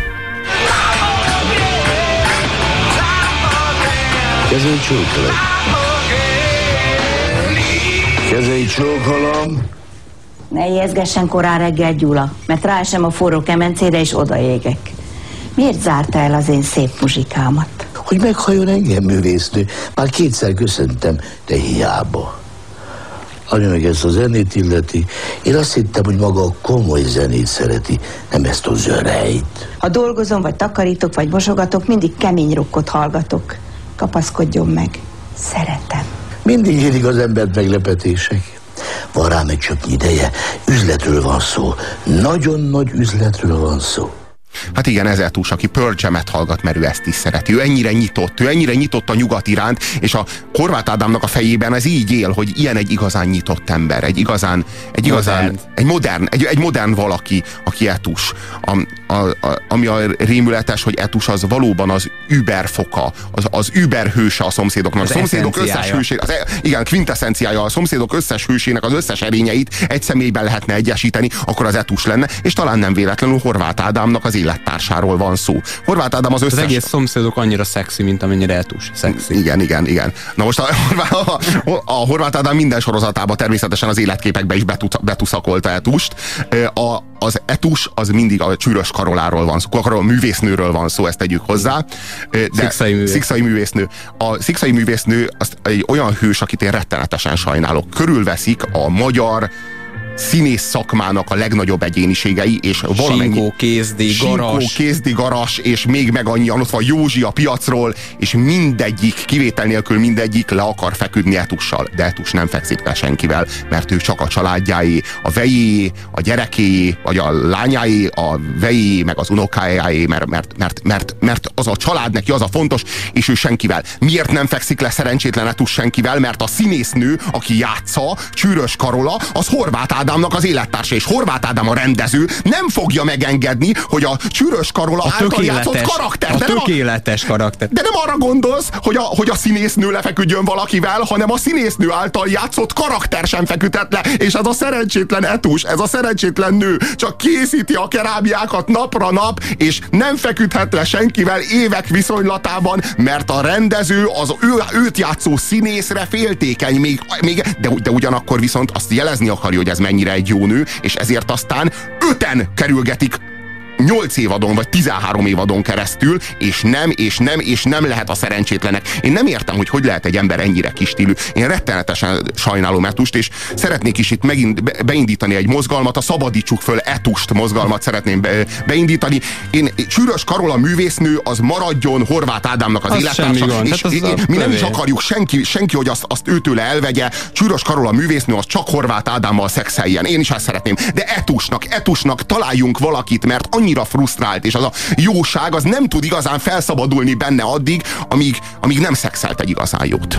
Kezei csókolom. Kezei csókolom. Ne ijeszgessen korán reggel, Gyula, mert ráesem a forró kemencére és odaégek. Miért zárta el az én szép muzsikámat? Hogy meghalljon engem, művésznő. Már 2-szer köszöntem, de hiába. Ami meg ezt a zenét illeti, én azt hittem, hogy maga a komoly zenét szereti, nem ezt a zörejt. Ha dolgozom, vagy takarítok, vagy mosogatok, mindig kemény rockot hallgatok. Kapaszkodjon meg. Szeretem. Mindig érik az embert meglepetések. Van rám egy csöpnyi ideje, üzletről van szó. Nagyon nagy üzletről van szó. Hát igen, ez Etus, aki Pearl Jam-et hallgat, mert ő ezt is szereti. Ő ennyire nyitott a nyugat iránt, és a Horváth Ádámnak a fejében ez így él, hogy ilyen egy igazán nyitott ember, egy modern valaki, aki Etus. Ami a rémületes, hogy Etus az valóban az über foka, az über hőse a szomszédoknak. A szomszédok összes hősének, igen, quintessenciája, a szomszédok összes hősének az összes erényeit egy személyben lehetne egyesíteni, akkor az Etus lenne, és talán nem véletlenül Horváth Ádámnak az élettársáról van szó. Horváth Ádám az egész szomszédok annyira szexi, mint amennyire Etus szexi. Igen. Na most a Horváth Ádám minden sorozatában természetesen az életképekbe is betuszakolta Etust. Az Etus az mindig a Csűrös Karoláról van szó, a művésznőről van szó, ezt tegyük hozzá. De Szikszai művésznő. A Szikszai művésznő az egy olyan hős, akit én rettenetesen sajnálok. Körülveszik a magyar színész szakmának a legnagyobb egyéniségei, és valamennyi Sinkó, Kézdi, Garas, és még meg annyian, ott van Józsi a piacról, és mindegyik, kivétel nélkül mindegyik le akar feküdni Etussal. De Etus nem fekszik le senkivel, mert ő csak a családjáé, a vejéé, a gyerekéé, vagy a lányáé, a vejéé, meg az unokájáé, mert az a család neki, az a fontos, és ő senkivel. Miért nem fekszik le szerencsétlen Etus senkivel? Mert a színésznő, aki játsza, Csűrös Karola, az Horváth Ádámnak az élettársa, és Horváth Ádám a rendező nem fogja megengedni, hogy a Csűrös Karola által játszott karakter. A tökéletes karakter. De nem arra gondolsz, hogy a színésznő lefeküdjön valakivel, hanem a színésznő által játszott karakter sem feküdhet le, és ez a szerencsétlen Etus, ez a szerencsétlen nő csak készíti a kerámiákat napra nap, és nem feküdhet le senkivel évek viszonylatában, mert a rendező az őt játszó színészre féltékeny, de ugyanakkor viszont azt jelezni akarja, hogy ez mennyire egy jó nő, és ezért aztán 5-en kerülgetik 8 évadon, vagy 13 évadon keresztül, és nem lehet a szerencsétlenek. Én nem értem, hogy lehet egy ember ennyire kistílű. Én rettenetesen sajnálom Etust, és szeretnék is itt megint beindítani egy mozgalmat, a Szabadítsuk föl Etust mozgalmat szeretném beindítani. Csűrös Karola művésznő, az maradjon Horváth Ádámnak az élettársa, és mi nem is akarjuk senki, hogy azt őtőle elvegye. Csűrös Karola művésznő, az csak Horváth Ádámmal szexeljen. Én is ezt szeretném. De Etusnak találjunk valakit, mert annyira frusztrált, és az a jóság az nem tud igazán felszabadulni benne addig, amíg nem szexelt egy igazán jót.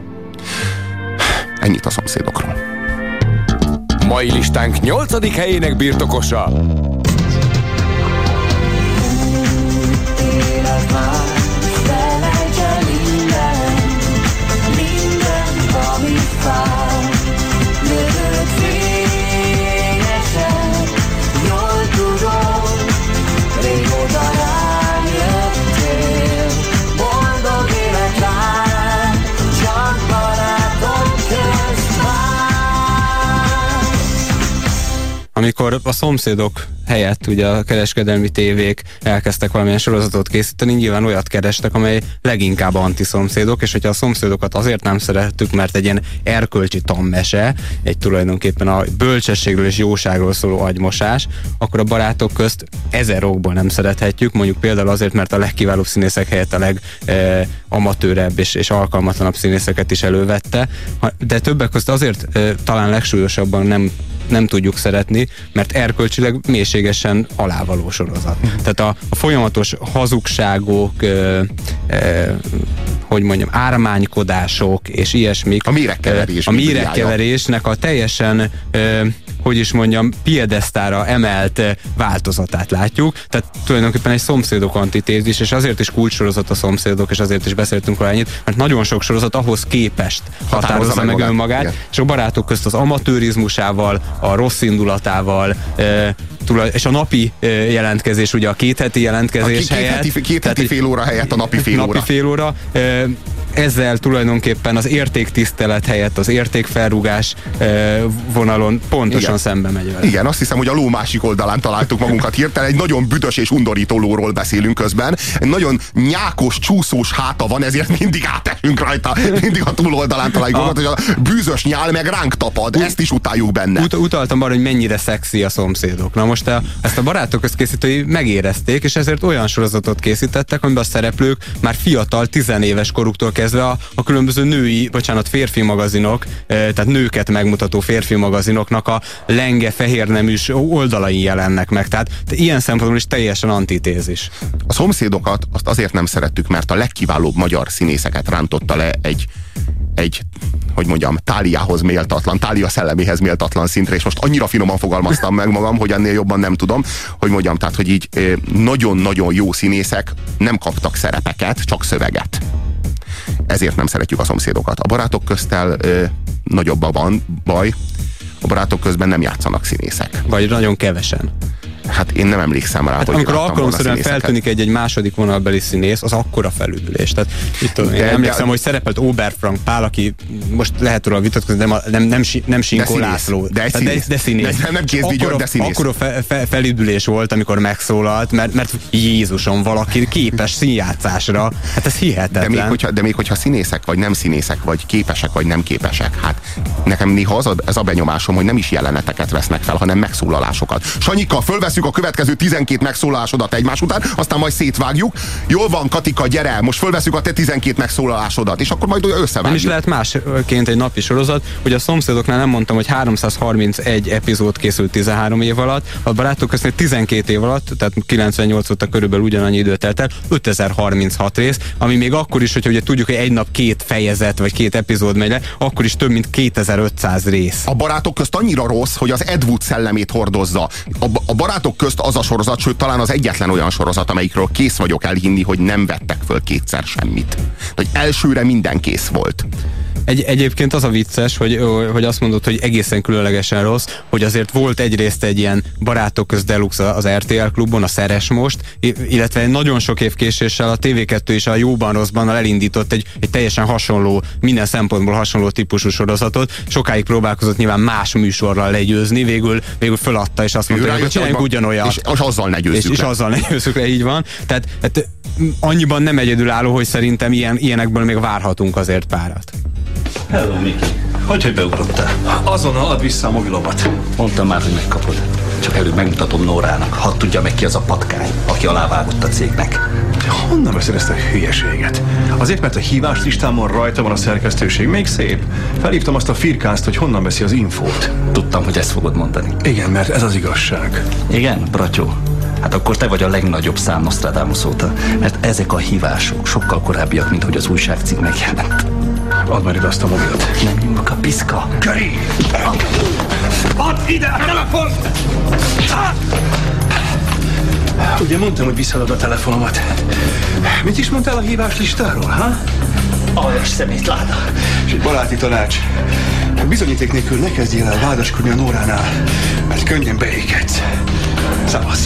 Ennyit a szomszédokról. Mai listánk 8. helyének birtokosa. Amikor a szomszédok helyett ugye a kereskedelmi tévék elkezdtek valamilyen sorozatot készíteni, nyilván olyat kerestek, amely leginkább antiszomszédok, és hogyha a szomszédokat azért nem szerettük, mert egy ilyen erkölcsi tanmese, egy tulajdonképpen a bölcsességről és jóságról szóló agymosás, akkor a barátok közt 1000 okból nem szerethetjük, mondjuk például azért, mert a legkiválóbb színészek helyett a legamatőrebb és alkalmatlanabb színészeket is elővette, de többek között azért talán legsúlyosabban nem tudjuk szeretni, mert erkölcsileg mélységesen alávaló sorozat. Tehát a folyamatos hazugságok, hogy mondjam, ármánykodások és ilyesmik. A méregkeverésnek a teljesen, hogy is mondjam, piedesztára emelt változatát látjuk. Tehát tulajdonképpen egy szomszédok antitézis, és azért is kulcssorozat a szomszédok, és azért is beszéltünk rá ennyit, mert nagyon sok sorozat ahhoz képest határozza meg önmagát, és a barátok közt az amatőrizmusával, a rossz indulatával, és a napi jelentkezés, ugye a kétheti jelentkezés helyett. Két heti fél óra helyett a napi fél óra. Napi fél óra. Ezzel tulajdonképpen az értéktisztelet helyett az értékfelrúgás vonalon pontosan szembe megy vele. Igen, azt hiszem, hogy a ló másik oldalán találtuk magunkat hirtelen. Egy nagyon büdös és undorító lóról beszélünk közben. Egy nagyon nyákos, csúszós háta van, ezért mindig átesünk rajta. Mindig a túloldalán találjuk magunkat, hogy a bűzös nyál meg ránk tapad. Ezt is utáljuk benne. Utaltam arra, hogy mennyire szexi a szomszédok. Na most ezt a barátok közkészítői megérezték, és ezért olyan sorozatot készítettek, amiben a szereplők már fiatal, 10 éves koruktól kezdve a különböző férfi magazinok, tehát nőket megmutató férfi magazinoknak a lenge, fehérneműs oldalain jelennek meg. Tehát ilyen szempontból is teljesen antitézis. A szomszédokat azt azért nem szerettük, mert a legkiválóbb magyar színészeket rántotta le egy hogy mondjam, Táliához méltatlan, Tália szelleméhez méltatlan szintre, és most annyira finoman fogalmaztam meg magam, hogy ennél jobban nem tudom, hogy mondjam, tehát, hogy így nagyon-nagyon jó színészek nem kaptak szerepeket, csak szöveget. Ezért nem szeretjük a szomszédokat. A barátok köztel nagyobb a baj, a barátok közben nem játszanak színészek. Vagy nagyon kevesen. Hát én nem emlékszem rá, hogy amikor alkalomszerűen feltűnik egy másik vonalbeli színész, az akkora felüdülés. Tehát itt tudom, én emlékszem, hogy szerepelt Oberfrank Pál, aki most lehet róla vitatkozni, de nem Sinkó László. De színész. Nem Kézdi György, de színész. Akkora felüdülés volt, amikor megszólalt, mert Jézusom, valaki képes színjátszásra. Hát ez hihetetlen. De még hogyha színészek, vagy nem színészek, vagy képesek, vagy nem képesek, hát nekem néha ez a benyomásom, hogy nem is jeleneteket vesznek fel, hanem megszólalásokat. Sanyika, fölveszünk a következő 12 megszólalásodat egymás után, aztán majd szétvágjuk. Jól van, Katika, gyere, most fölveszünk a te 12 megszólalásodat, és akkor majd összevágjuk. Nem is lehet másként egy napi sorozat, hogy a szomszédoknál nem mondtam, hogy 331 epizód készült 13 év alatt, a barátok között 12 év alatt, tehát 98 óta körülbelül ugyanannyi idő telt el, 5036 rész, ami még akkor is, hogyha ugye tudjuk, hogy egy nap 2 fejezet, vagy 2 epizód megy le, akkor is több mint 2500 rész. A barátok közt annyira rossz, hogy az Ed Wood szellemét hordozza. A barátok közt az a sorozat, sőt talán az egyetlen olyan sorozat, amelyikről kész vagyok elhinni, hogy nem vettek föl kétszer semmit. Hogy elsőre minden kész volt. Egyébként az a vicces, hogy azt mondod, hogy egészen különlegesen rossz, hogy azért volt egyrészt egy ilyen barátok közt deluxe az RTL klubon, a Szeres most, illetve nagyon sok év késéssel a TV2 is a jóban rosszban elindított egy teljesen hasonló, minden szempontból hasonló típusú sorozatot. Sokáig próbálkozott nyilván más műsorral legyőzni, végül föladta, és azt mondta, hogy csináljunk ugyanolyat. És azzal ne győzzük és azzal ne győzzük le, így van. Tehát annyiban nem egyedülálló, hogy szerintem ilyenekből még várhatunk azért párat. Hello, Miki. Hogy beugrottál? Azonnal add vissza a mobilomat. Mondtam már, hogy megkapod. Csak előbb megmutatom Nórának, hadd tudja meg ki az a patkány, aki alávágott a cégnek. Honnan veszed ezt a hülyeséget? Azért, mert a hívás listámon rajta van a szerkesztőség. Még szép. Felhívtam azt a firkánzt, hogy honnan veszi az infót. Tudtam, hogy ezt fogod mondani. Igen, mert ez az igazság. Igen, bratyó. Hát akkor te vagy a legnagyobb szám Nostradamus óta, mert ezek a hívások sokkal korábbiak, mint hogy az újságcikk megjelent. Add már ide azt a mobilt. Nem nyúlok a piszka. Köri! Add ide a telefont! Ugye mondtam, hogy visszaadod a telefonomat. Mit is mondtál a hívás listáról, ha? Aljas szemétláda. És egy baráti tanács. Bizonyíték nélkül ne kezdjél el vádaskodni a Nóránál, mert könnyen beékedsz. Szavasz.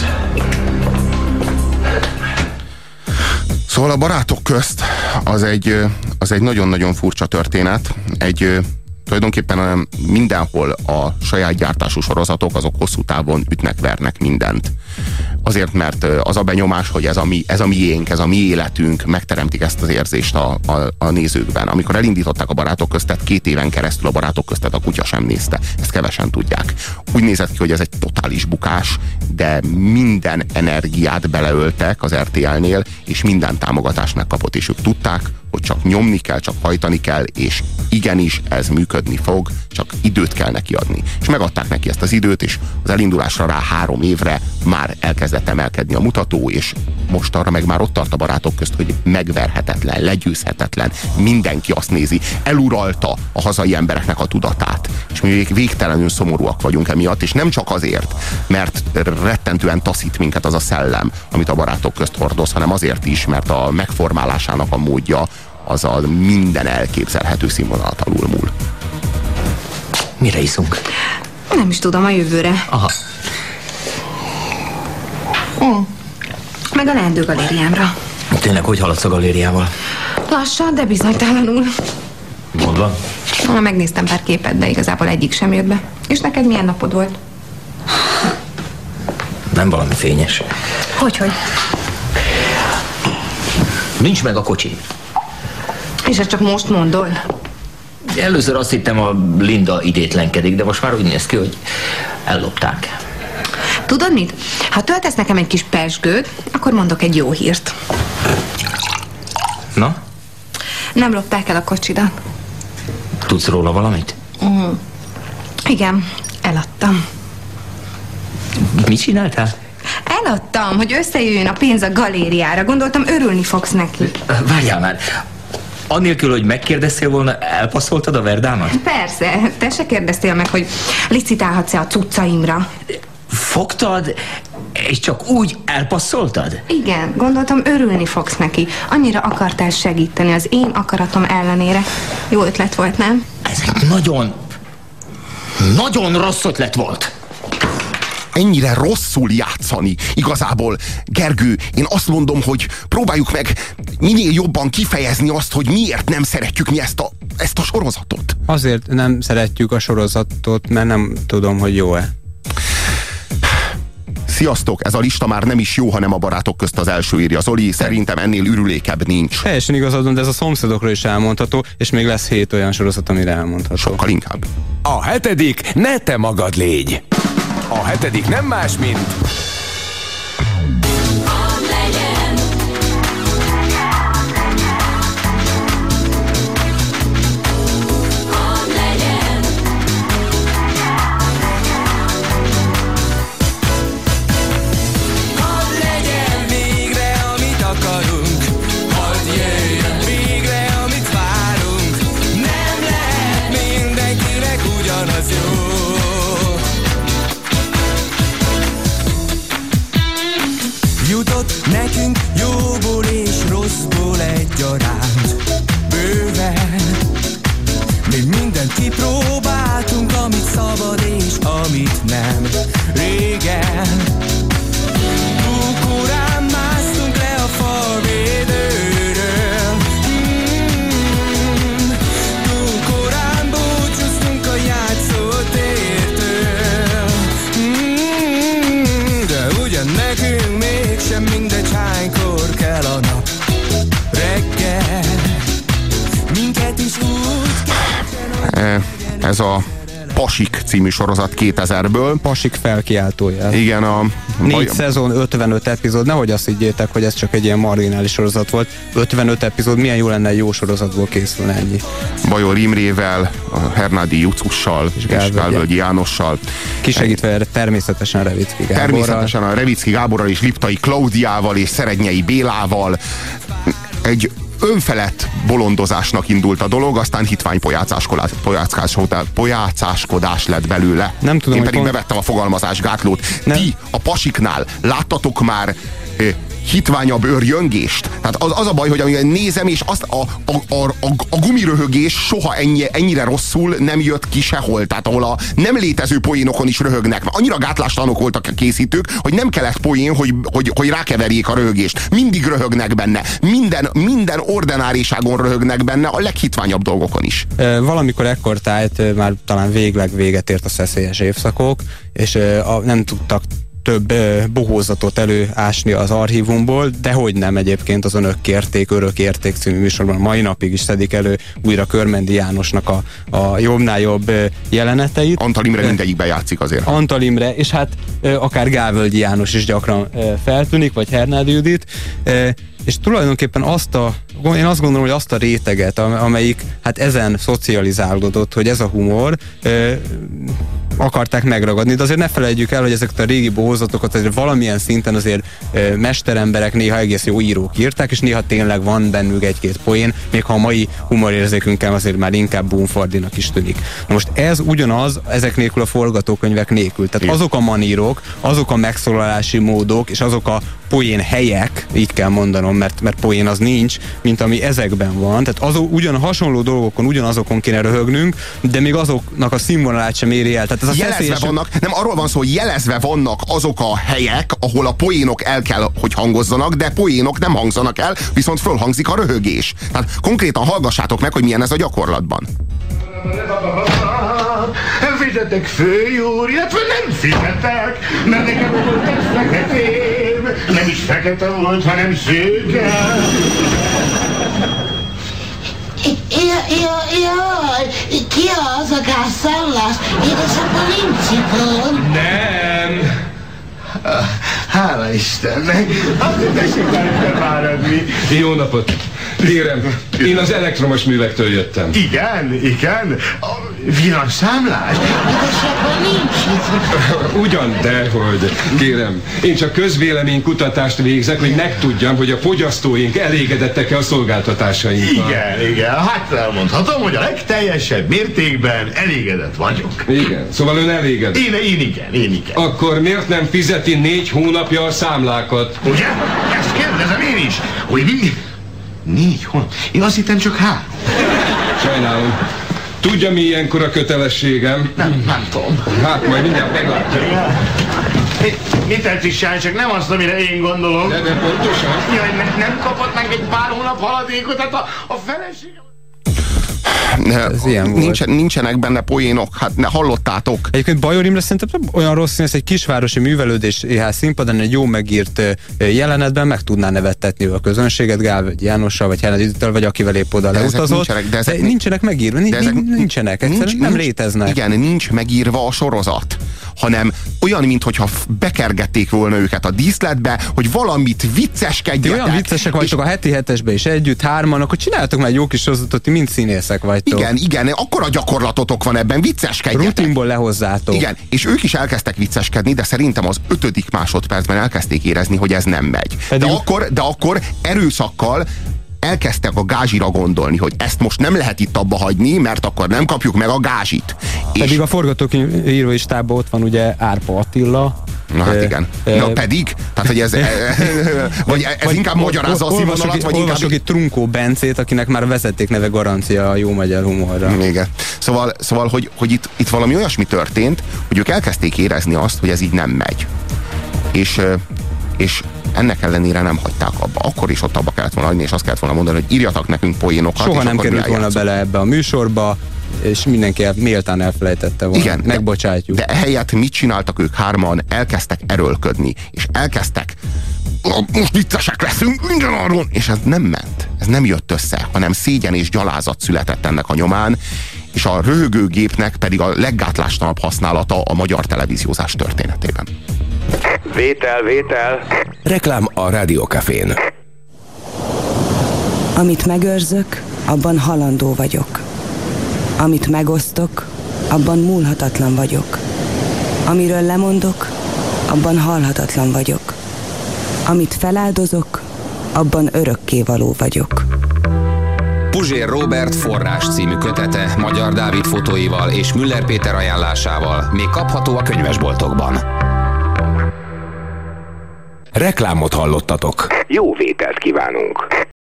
Szóval a Barátok közt az egy nagyon-nagyon furcsa történet. Tulajdonképpen mindenhol a saját gyártású sorozatok azok hosszú távon ütnek-vernek mindent. Azért, mert az a benyomás, hogy ez a miénk, ez a mi életünk, megteremtik ezt az érzést a nézőkben. Amikor elindították a Barátok köztet, 2 éven keresztül a Barátok köztet a kutya sem nézte. Ezt kevesen tudják. Úgy nézett ki, hogy ez egy totális bukás, de minden energiát beleöltek az RTL-nél, és minden támogatást megkapott, és ők tudták, hogy csak nyomni kell, csak hajtani kell, és igenis ez működni fog, csak időt kell neki adni. És megadták neki ezt az időt, és az elindulásra rá 3 évre már elkezdett emelkedni a mutató, és most arra meg már ott tart a Barátok közt, hogy megverhetetlen, legyőzhetetlen, mindenki azt nézi, eluralta a hazai embereknek a tudatát. És mi végtelenül szomorúak vagyunk emiatt, és nem csak azért, mert rettentően taszít minket az a szellem, amit a Barátok közt hordoz, hanem azért is, mert a megformálásának a módja az a minden elképzelhető színvonalat alulmúl. Mire iszunk? Nem is tudom, a jövőre. Aha. Meg a leendő galériámra. Tényleg, hogy haladsz a galériával? Lassan, de bizonytalanul. Gond van? Megnéztem pár képet, de igazából egyik sem jött be. És neked milyen napod volt? Nem valami fényes. Hogyhogy? Nincs meg a kocsi. És ezt csak most mondod? Először azt hittem, a Linda idétlenkedik, de most már úgy néz ki, hogy ellopták. Tudod mit? Ha töltesz nekem egy kis pezsgőt, akkor mondok egy jó hírt. Na? Nem lopták el a kocsidat. Tudsz róla valamit? Igen, eladtam. Mit csináltál? Eladtam, hogy összejöjjön a pénz a galériára. Gondoltam, örülni fogsz neki. Várjál már. Annélkül, hogy megkérdeztél volna, elpasszoltad a verdámat? Persze, te se kérdeztél meg, hogy licitálhatsz-e a cuccaimra. Fogtad, és csak úgy elpasszoltad? Igen, gondoltam, örülni fogsz neki. Annyira akartál segíteni az én akaratom ellenére. Jó ötlet volt, nem? Ez egy nagyon rossz ötlet volt. Ennyire rosszul játszani. Igazából, Gergő, én azt mondom, hogy próbáljuk meg minél jobban kifejezni azt, hogy miért nem szeretjük mi ezt a sorozatot. Azért nem szeretjük a sorozatot, mert nem tudom, hogy jó-e. Sziasztok, ez a lista már nem is jó, hanem a Barátok közt az első, írja Zoli. Szerintem ennél ürülékebb nincs. Teljesen igazad van, de ez a Szomszédokról is elmondható, és még lesz 7 olyan sorozat, amire elmondható. Sokkal inkább. A 7. Ne te magad légy. A 7. nem más, mint... Nekünk jóból és rosszból egyaránt bőven. Mi mindent kipróbáltunk, amit szabad és amit nem. Régen túl korán másztunk le a falvédőről. Túl korán búcsúztunk a játszótértől. De ugyan nekünk mégsem mindegy, hánykor kell a nap. Reggel minket is úgy kell. Ez a Pasik című sorozat 2000-ből. Pasik felkiáltója. Igen, 4 szezon, 55 epizód. Nehogy azt higgyétek, hogy ez csak egy ilyen marginális sorozat volt. 55 epizód, milyen jó lenne egy jó sorozatból készülne ennyi. Bajor Imrével, Hernádi Jucussal és Gálvölgyi Jánossal. Kisegítve természetesen Revicki Gáborral. Természetesen a Revicki Gáborral és Liptai Klaudiával és Szerednyei Bélával. Egy önfelett bolondozásnak indult a dolog, aztán hitvány pojácáskodás lett belőle. Nem tudom, én pedig bevettem a fogalmazásgátlót. Ti a pasiknál láttatok már hitványabb őrjöngést? Tehát az a baj, hogy amíg nézem, és azt a gumiröhögés soha ennyire rosszul nem jött ki sehol. Tehát ahol a nem létező poénokon is röhögnek. Annyira gátlástalanok voltak a készítők, hogy nem kellett poén, hogy rákeverjék a röhögést. Mindig röhögnek benne. Minden ordináriságon röhögnek benne, a leghitványabb dolgokon is. Valamikor ekkortájt már talán végleg véget ért a szeszélyes évszakok, és nem tudtak több bohózatot előásni az archívumból, de hogy nem egyébként az Önök kérték, Örök érték című műsorban mai napig is szedik elő újra Körmendi Jánosnak a jobbnál jobb jeleneteit. Antal Imre mindegyikben játszik azért. Antal Imre, és hát akár Gálvölgyi János is gyakran feltűnik, vagy Hernádi Judit, és tulajdonképpen én azt gondolom, hogy azt a réteget, amelyik hát ezen szocializálódott, hogy ez a humor, akarták megragadni, de azért ne felejtjük el, hogy ezeket a régi bohózatokat azért valamilyen szinten azért mesteremberek, néha egész jó írók írták, és néha tényleg van bennük egy-két poén, még ha a mai humorérzékünkkel azért már inkább búnfardinak is tűnik. Na most ez ugyanaz ezek nélkül a forgatókönyvek nélkül. Tehát azok a manírok, azok a megszólalási módok, és azok a poén helyek, így kell mondanom, mert poén az nincs, mint ami ezekben van. Tehát ugyan hasonló dolgokon, ugyanazokon kéne röhögnünk, de még azoknak a színvonalát sem éri el. Tehát ez a jelezve vannak, nem arról van szó, hogy jelezve vannak azok a helyek, ahol a poénok el kell, hogy hangozzanak, de poénok nem hangzanak el, viszont fölhangzik a röhögés. Tehát konkrétan hallgassátok meg, hogy milyen ez a gyakorlatban. Fizetek, főjúr, illetve nem fizetek, mert nekem volt egy feketém, nem is fekete volt, hanem szőke. Jaj, ki az a gázszállás? Édesapám nincs itthon. Nem. Hála Istennek. Azt tessék már fáradni. Jó napot. Kérem, én az elektromos művektől jöttem. Igen. A villanyszámlás? Édesapám nincs itthon. Ugyan, dehogy. Kérem, én csak közvéleménykutatást végzek, hogy megtudjam, hogy a fogyasztóink elégedettek-e a szolgáltatásainkkal. Igen. Hát elmondhatom, hogy a legteljesebb mértékben elégedett vagyok. Igen, szóval ön elégedett. Én igen. Akkor miért nem fizeti 4 hónapja a számlákat? Ugye? Ezt kérdezem én is. Hogy 4 hónap? Én azt hittem csak 3. Sajnálom. Tudja, mi ilyenkor a kötelességem? Nem tudom. Hát majd mindjárt meglátja. Mit tetszik, csak nem azt, amire én gondolom. De pontosan. Jaj, nem kapott meg egy pár hónap haladékot, tehát a feleségem... Nincsenek benne poénok, hát ne hallottátok. Egyébként Bajor Imre szerintem olyan rossz színész, egy kisvárosi művelődési színpadon egy jó megírt jelenetben meg tudná nevettetni a közönséget, Gálvölgyi Jánossal, vagy Hernádi Judittal, vagy akivel épp oda leutazott. Nincsenek megírva, nincsenek, egyszerűen nem léteznek. Igen, nincs megírva a sorozat, hanem olyan, mintha bekergették volna őket a díszletbe, hogy valamit vicceskedjetek. Olyan viccesek vagytok a heti hetesbe is együtt, 3-an, akkor csináltok már jó kis sorozatot, ti mind színészek vagytok. Igen, akkora gyakorlatotok van ebben, vicceskedjetek. Rutinból lehozzátok. Igen, és ők is elkezdtek vicceskedni, de szerintem az 5. másodpercben elkezdték érezni, hogy ez nem megy. De akkor erőszakkal elkezdtek a gázsira gondolni, hogy ezt most nem lehet itt abba hagyni, mert akkor nem kapjuk meg a gázsit. Pedig a forgatókönyvírói stábban ott van ugye Árpa Attila. Na hát igen. Pedig? Tehát, hogy ez inkább magyarázza a színvonalat, vagy olvasok itt Trunkó Bencét, akinek már vezetékneve garancia a jó magyar humorra. Igen. Szóval hogy itt valami olyasmi történt, hogy ők elkezdték érezni azt, hogy ez így nem megy. És ennek ellenére nem hagyták abba. Akkor is ott abba kellett volna hagyni, és azt kellett volna mondani, hogy írjatok nekünk poénokat. Soha nem került volna bele ebbe a műsorba, és mindenki méltán elfelejtette volna. Igen, megbocsátjuk. De ehelyett mit csináltak ők 3-an? Elkezdtek erőlködni, és elkezdtek most viccesek leszünk minden arról, és ez nem ment. Ez nem jött össze, hanem szégyen és gyalázat született ennek a nyomán, és a röhögőgépnek pedig a leggátlástalanabb használata a magyar televíziózás történetében. Vétel. Reklám a Rádiókafén. Amit megőrzök, abban halandó vagyok. Amit megosztok, abban múlhatatlan vagyok. Amiről lemondok, abban halhatatlan vagyok. Amit feláldozok, abban örökkévaló vagyok. Puzsér Róbert Forrás című kötete Magyar Dávid fotóival és Müller Péter ajánlásával még kapható a könyvesboltokban. Reklámot hallottatok. Jó vételt kívánunk!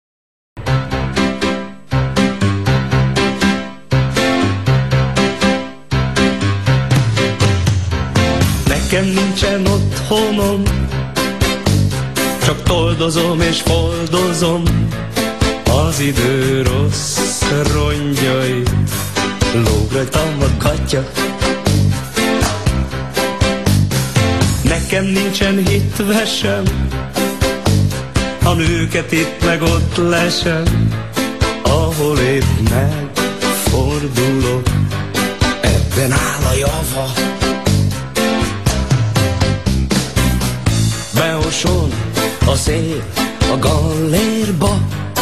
Nekem nincsen otthonom, csak toldozom és foldozom az idő rossz rongyai. Lóg rajtam a katya. Nekem nincsen hitvesem, a nőket itt meg ott lesem, ahol épp megfordulok, ebben áll a java. Beoson a szél a gallérba,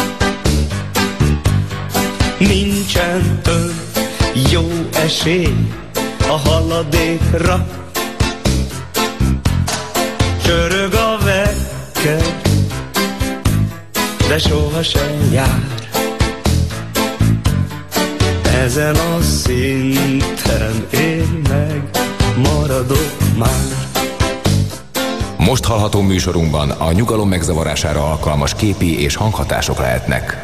nincsen több jó esély a haladékra. Csörög a vekker, de sohasem jár. Ezen a szinten én meg maradok már. Most hallható műsorunkban a nyugalom megzavarására alkalmas képi és hanghatások lehetnek.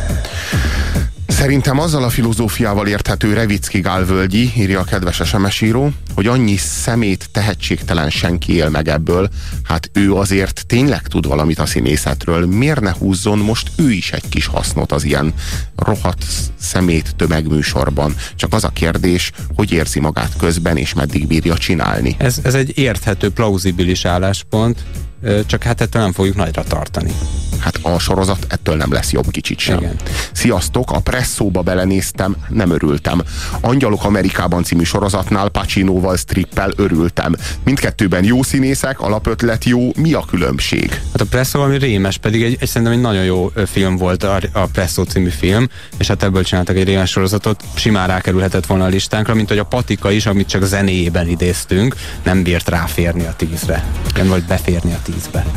Szerintem azzal a filozófiával érthető Revicki Gálvölgyi, írja a kedves SMS író, hogy annyi szemét, tehetségtelen senki él meg ebből, hát ő azért tényleg tud valamit a színészetről, miért ne húzzon most ő is egy kis hasznot az ilyen rohadt szemét tömegműsorban. Csak az a kérdés, hogy érzi magát közben, és meddig bírja csinálni. Ez egy érthető, plauzibilis álláspont, csak hát ettől nem fogjuk nagyra tartani. Hát a sorozat ettől nem lesz jobb kicsit sem. Igen. Sziasztok, a Presszóba belenéztem, nem örültem. Angyalok Amerikában című sorozatnál Pacinoval, Strippel örültem. Mindkettőben jó színészek, alapötlet jó, mi a különbség? Hát a Presszó valami rémes, pedig szerintem egy nagyon jó film volt a Presszó című film, és hát ebből csináltak egy rémes sorozatot, simán rákerülhetett volna a listánkra, mint hogy a Patika is, amit csak zenéjében idéztünk, nem bírt ráférni a 10-re. Nem volt beférni a 10-be.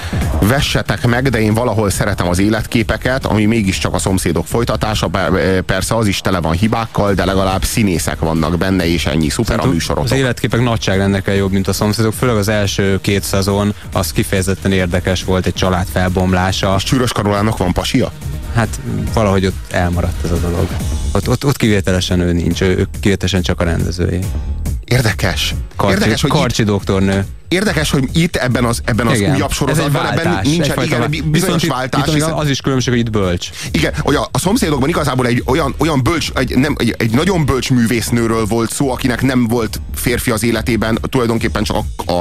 Vessetek meg, de én valahol szeretem az életképeket, ami mégiscsak a Szomszédok folytatása, persze az is tele van hibákkal, de legalább színészek vannak benne, és ennyi, szuper a műsorotok. Az életképek nagyságrendekkel jobb, mint a Szomszédok, főleg az első 2 szezon, az kifejezetten érdekes volt, egy család felbomlása. És Csűrös Karolának van pasia? Hát valahogy ott elmaradt ez a dolog. Ott kivételesen ő nincs, ő kivételesen csak a rendezője. Érdekes. Karcsi doktornő. Érdekes, hogy itt ebben az újabb sorozatban ebben nincsen bizonyos váltás. Itt az is különbség, hogy itt bölcs. Igen, hogy a Szomszédokban igazából egy olyan bölcs, egy nagyon bölcs művésznőről volt szó, akinek nem volt férfi az életében, tulajdonképpen csak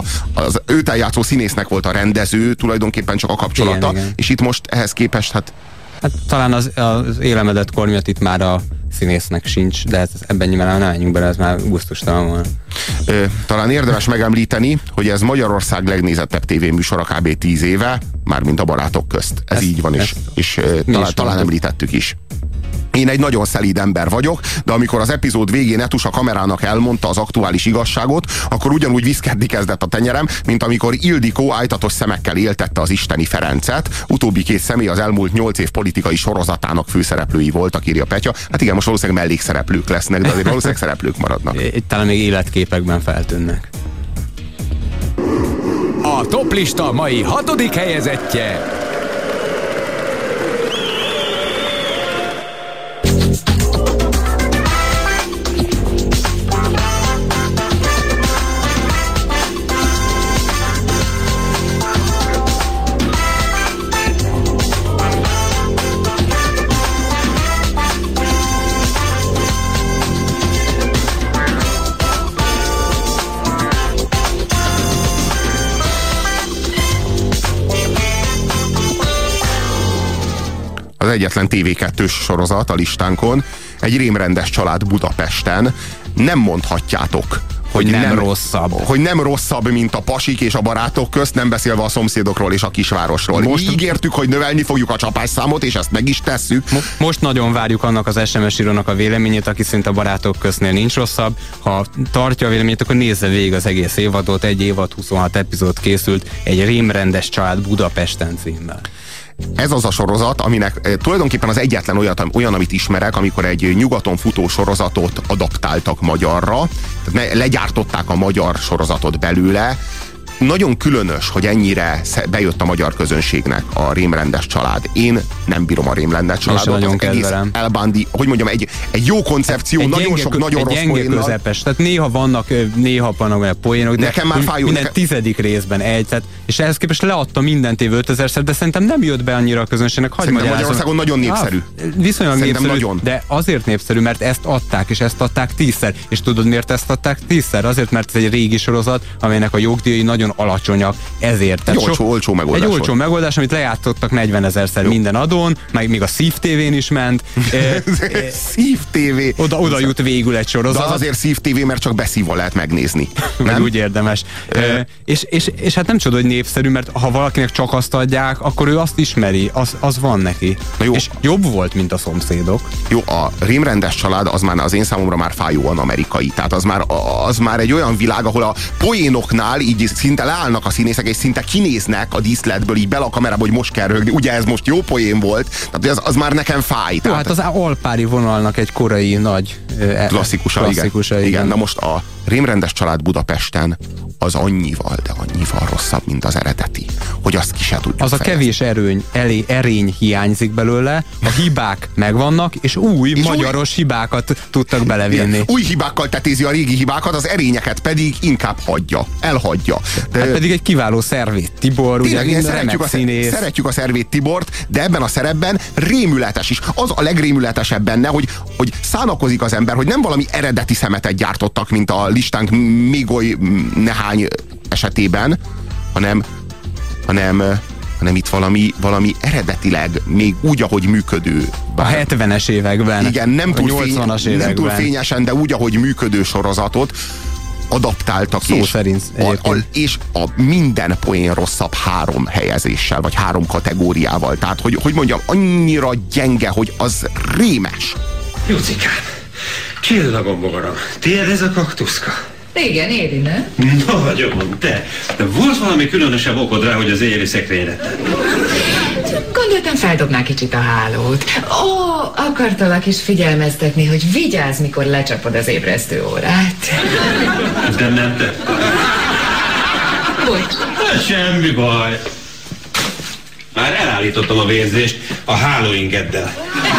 az őt eljátszó színésznek volt a rendező, tulajdonképpen csak a kapcsolata, igen. És itt most ehhez képest Hát talán az élemedett kor miatt itt már a színésznek sincs, de hát ebben nyilván nem menjünk bele, ez már gusztustalan volna. Talán érdemes megemlíteni, hogy ez Magyarország legnézettebb tévéműsora kb. 10 éve, mármint a Barátok közt. Ez így van is. És talán említettük is. Én egy nagyon szelíd ember vagyok, de amikor az epizód végén Etus a kamerának elmondta az aktuális igazságot, akkor ugyanúgy viszkedni kezdett a tenyerem, mint amikor Ildikó ájtatos szemekkel éltette az isteni Ferencet. Utóbbi 2 személy az elmúlt 8 év politikai sorozatának főszereplői voltak, írja Petya. Hát igen, most valószínűleg mellékszereplők lesznek, de azért valószínűleg szereplők maradnak. Talán még életképekben feltűnnek. A toplista mai 6. helyezettje. Az egyetlen TV2-s sorozat a listánkon, egy rémrendes család Budapesten. Nem mondhatjátok, hogy nem rosszabb. Hogy nem rosszabb, mint a Pasik és a Barátok közt, nem beszélve a Szomszédokról és a Kisvárosról. Most ígértük, hogy növelni fogjuk a csapásszámot, és ezt meg is tesszük. Most nagyon várjuk annak az SMS írónak a véleményét, aki szerint a Barátok köztnél nincs rosszabb. Ha tartja a véleményét, akkor nézze végig az egész évadot. Egy évad, 26 epizód készült, egy rémrendes család Budapesten címmel. ez az a sorozat, aminek tulajdonképpen az egyetlen olyan, amit ismerek, amikor egy nyugaton futó sorozatot adaptáltak magyarra, tehát legyártották a magyar sorozatot belőle. Nagyon különös, hogy ennyire bejött a magyar közönségnek a Rémrendes család. Én nem bírom a Rémrendes családot. Nagyon kedvelem. Elbándi, hogy mondjam, egy jó koncepció, egy nagyon sok nagyon rossz poénnal. Közepes, tehát néha vannak olyan poénok, de nekem már fájó, minden 10. részben egy, tehát, és ehhez képest leadta mindent év 5000-szer, de szerintem nem jött be annyira a közönségnek. Szerintem Magyarországon nagyon népszerű. Viszonylag népszerű, nagyon. de azért népszerű, mert ezt adták, és ezt adták 10-szer. És tudod, miért ezt adták 10-szer? Azért, mert ez egy régi sorozat, amelynek a jogdíjai nagyon alacsonyak, ezért. Egy olcsó megoldás. Egy olcsó megoldás, amit lejátszottak 40 000-szer minden adón, meg még a Szív TV-n is ment. Szív TV. Oda jut végül egy sorozat. De az azért Szív TV, mert csak beszívva lehet megnézni. Meg úgy érdemes. És hát nem csoda, hogy népszerű, mert ha valakinek csak azt adják, akkor ő azt ismeri, az van neki. És jobb volt, mint a Szomszédok. Jó, a Rémrendes család az én számomra már fájóan amerikai. Tehát az már egy olyan világ, ahol a poénoknál így szinte leállnak a színészek, és szinte kinéznek a díszletből így bele a kamerába, hogy most kell rögni. Ugye ez most jó poén volt, tehát az már nekem fáj. Jó, hát az alpári vonalnak egy korai nagy klasszikusa, igen. Na most a Rémrendes család Budapesten az annyival, de annyival rosszabb, mint az eredeti, hogy azt ki se tudjuk az fejezni. A kevés erény hiányzik belőle, a hibák megvannak, és magyaros hibákat tudtak belevinni. Igen, új hibákkal tetézi a régi hibákat, az erényeket pedig inkább elhagyja. Hát pedig egy kiváló Szervét Tibor, ugye szeretjük a Szervét Tibort, de ebben a szerepben rémületes is. Az a legrémületesebb benne, hogy szánakozik az ember, hogy nem valami eredeti szemetet gyártottak, mint a listánk még oly nehány esetében, hanem itt valami eredetileg még úgy, ahogy működő. A 70-es években. Igen, nem túl fényesen, de úgy, ahogy működő sorozatot adaptáltak. Szó szerint és a minden poén rosszabb 3 helyezéssel, vagy 3 kategóriával. Tehát, hogy mondjam, annyira gyenge, hogy az rémes. Jucikám, csillagom bogaram, tiéd ez a kaktuszka? Igen, éri, ne? Na, vagyok, te. De volt valami különösebb okod rá, hogy az éjjeli szekrényre tett? Gondoltam, feldobnál kicsit a hálót. Akartalak is figyelmeztetni, hogy vigyázz, mikor lecsapod az ébresztő órát. De nem te. Bocs. Semmi baj. Már elállítottam a vérzést a hálóingeddel.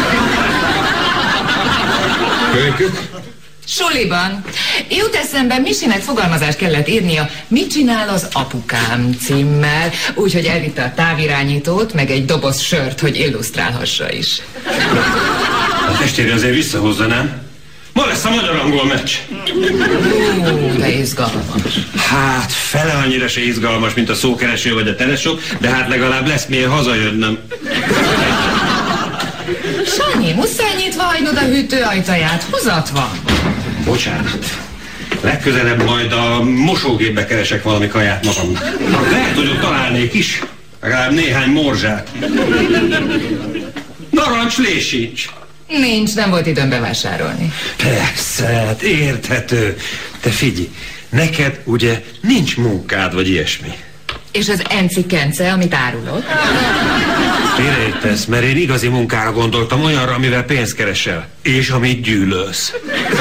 Kölykök? Suliban. Jut eszembe, Misinek fogalmazást kellett írnia, Mit csinál az apukám címmel, úgyhogy elvitte a távirányítót, meg egy doboz sört, hogy illusztrálhassa is. A testvére azért visszahozza, nem? Ma lesz a magyar-angol meccs. De izgalmas. Hát, fele annyira se izgalmas, mint a szókereső vagy a telesok, de hát legalább lesz miért hazajönnöm. Sanyi, muszáj nyitva hagynod a hűtő ajtaját, húzat van. Bocsánat. Legközelebb majd a mosógépbe keresek valami kaját magamnak. Lehet, hogy ott találnék is. Legalább néhány morzsát. Narancslé sincs. Nincs, nem volt időm bevásárolni. Persze, hát érthető. Te figyelj, neked ugye nincs munkád, vagy ilyesmi. És az encikence, amit árulok? Mire értesz? Mert én igazi munkára gondoltam, olyanra, amivel pénzt keresel. És amit gyűlölsz.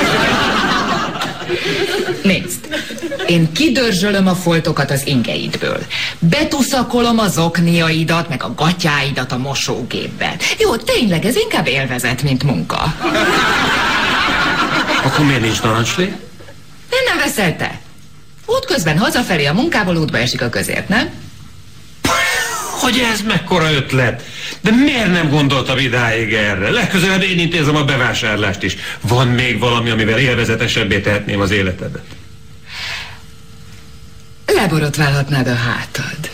Nézd, én kidörzsölöm a foltokat az ingeidből. Betuszakolom az okniaidat, meg a gatyáidat a mosógépbe. Jó, tényleg, ez inkább élvezet, mint munka. Akkor miért nincs narancslé? Nem veszel te? Útközben hazafelé a munkából útba esik a közért, nem? Hogy ez mekkora ötlet? De miért nem gondoltam idáig erre? Legközelebb én intézem a bevásárlást is. Van még valami, amivel élvezetesebbé tehetném az életedet? Leborotválhatnád a hátad.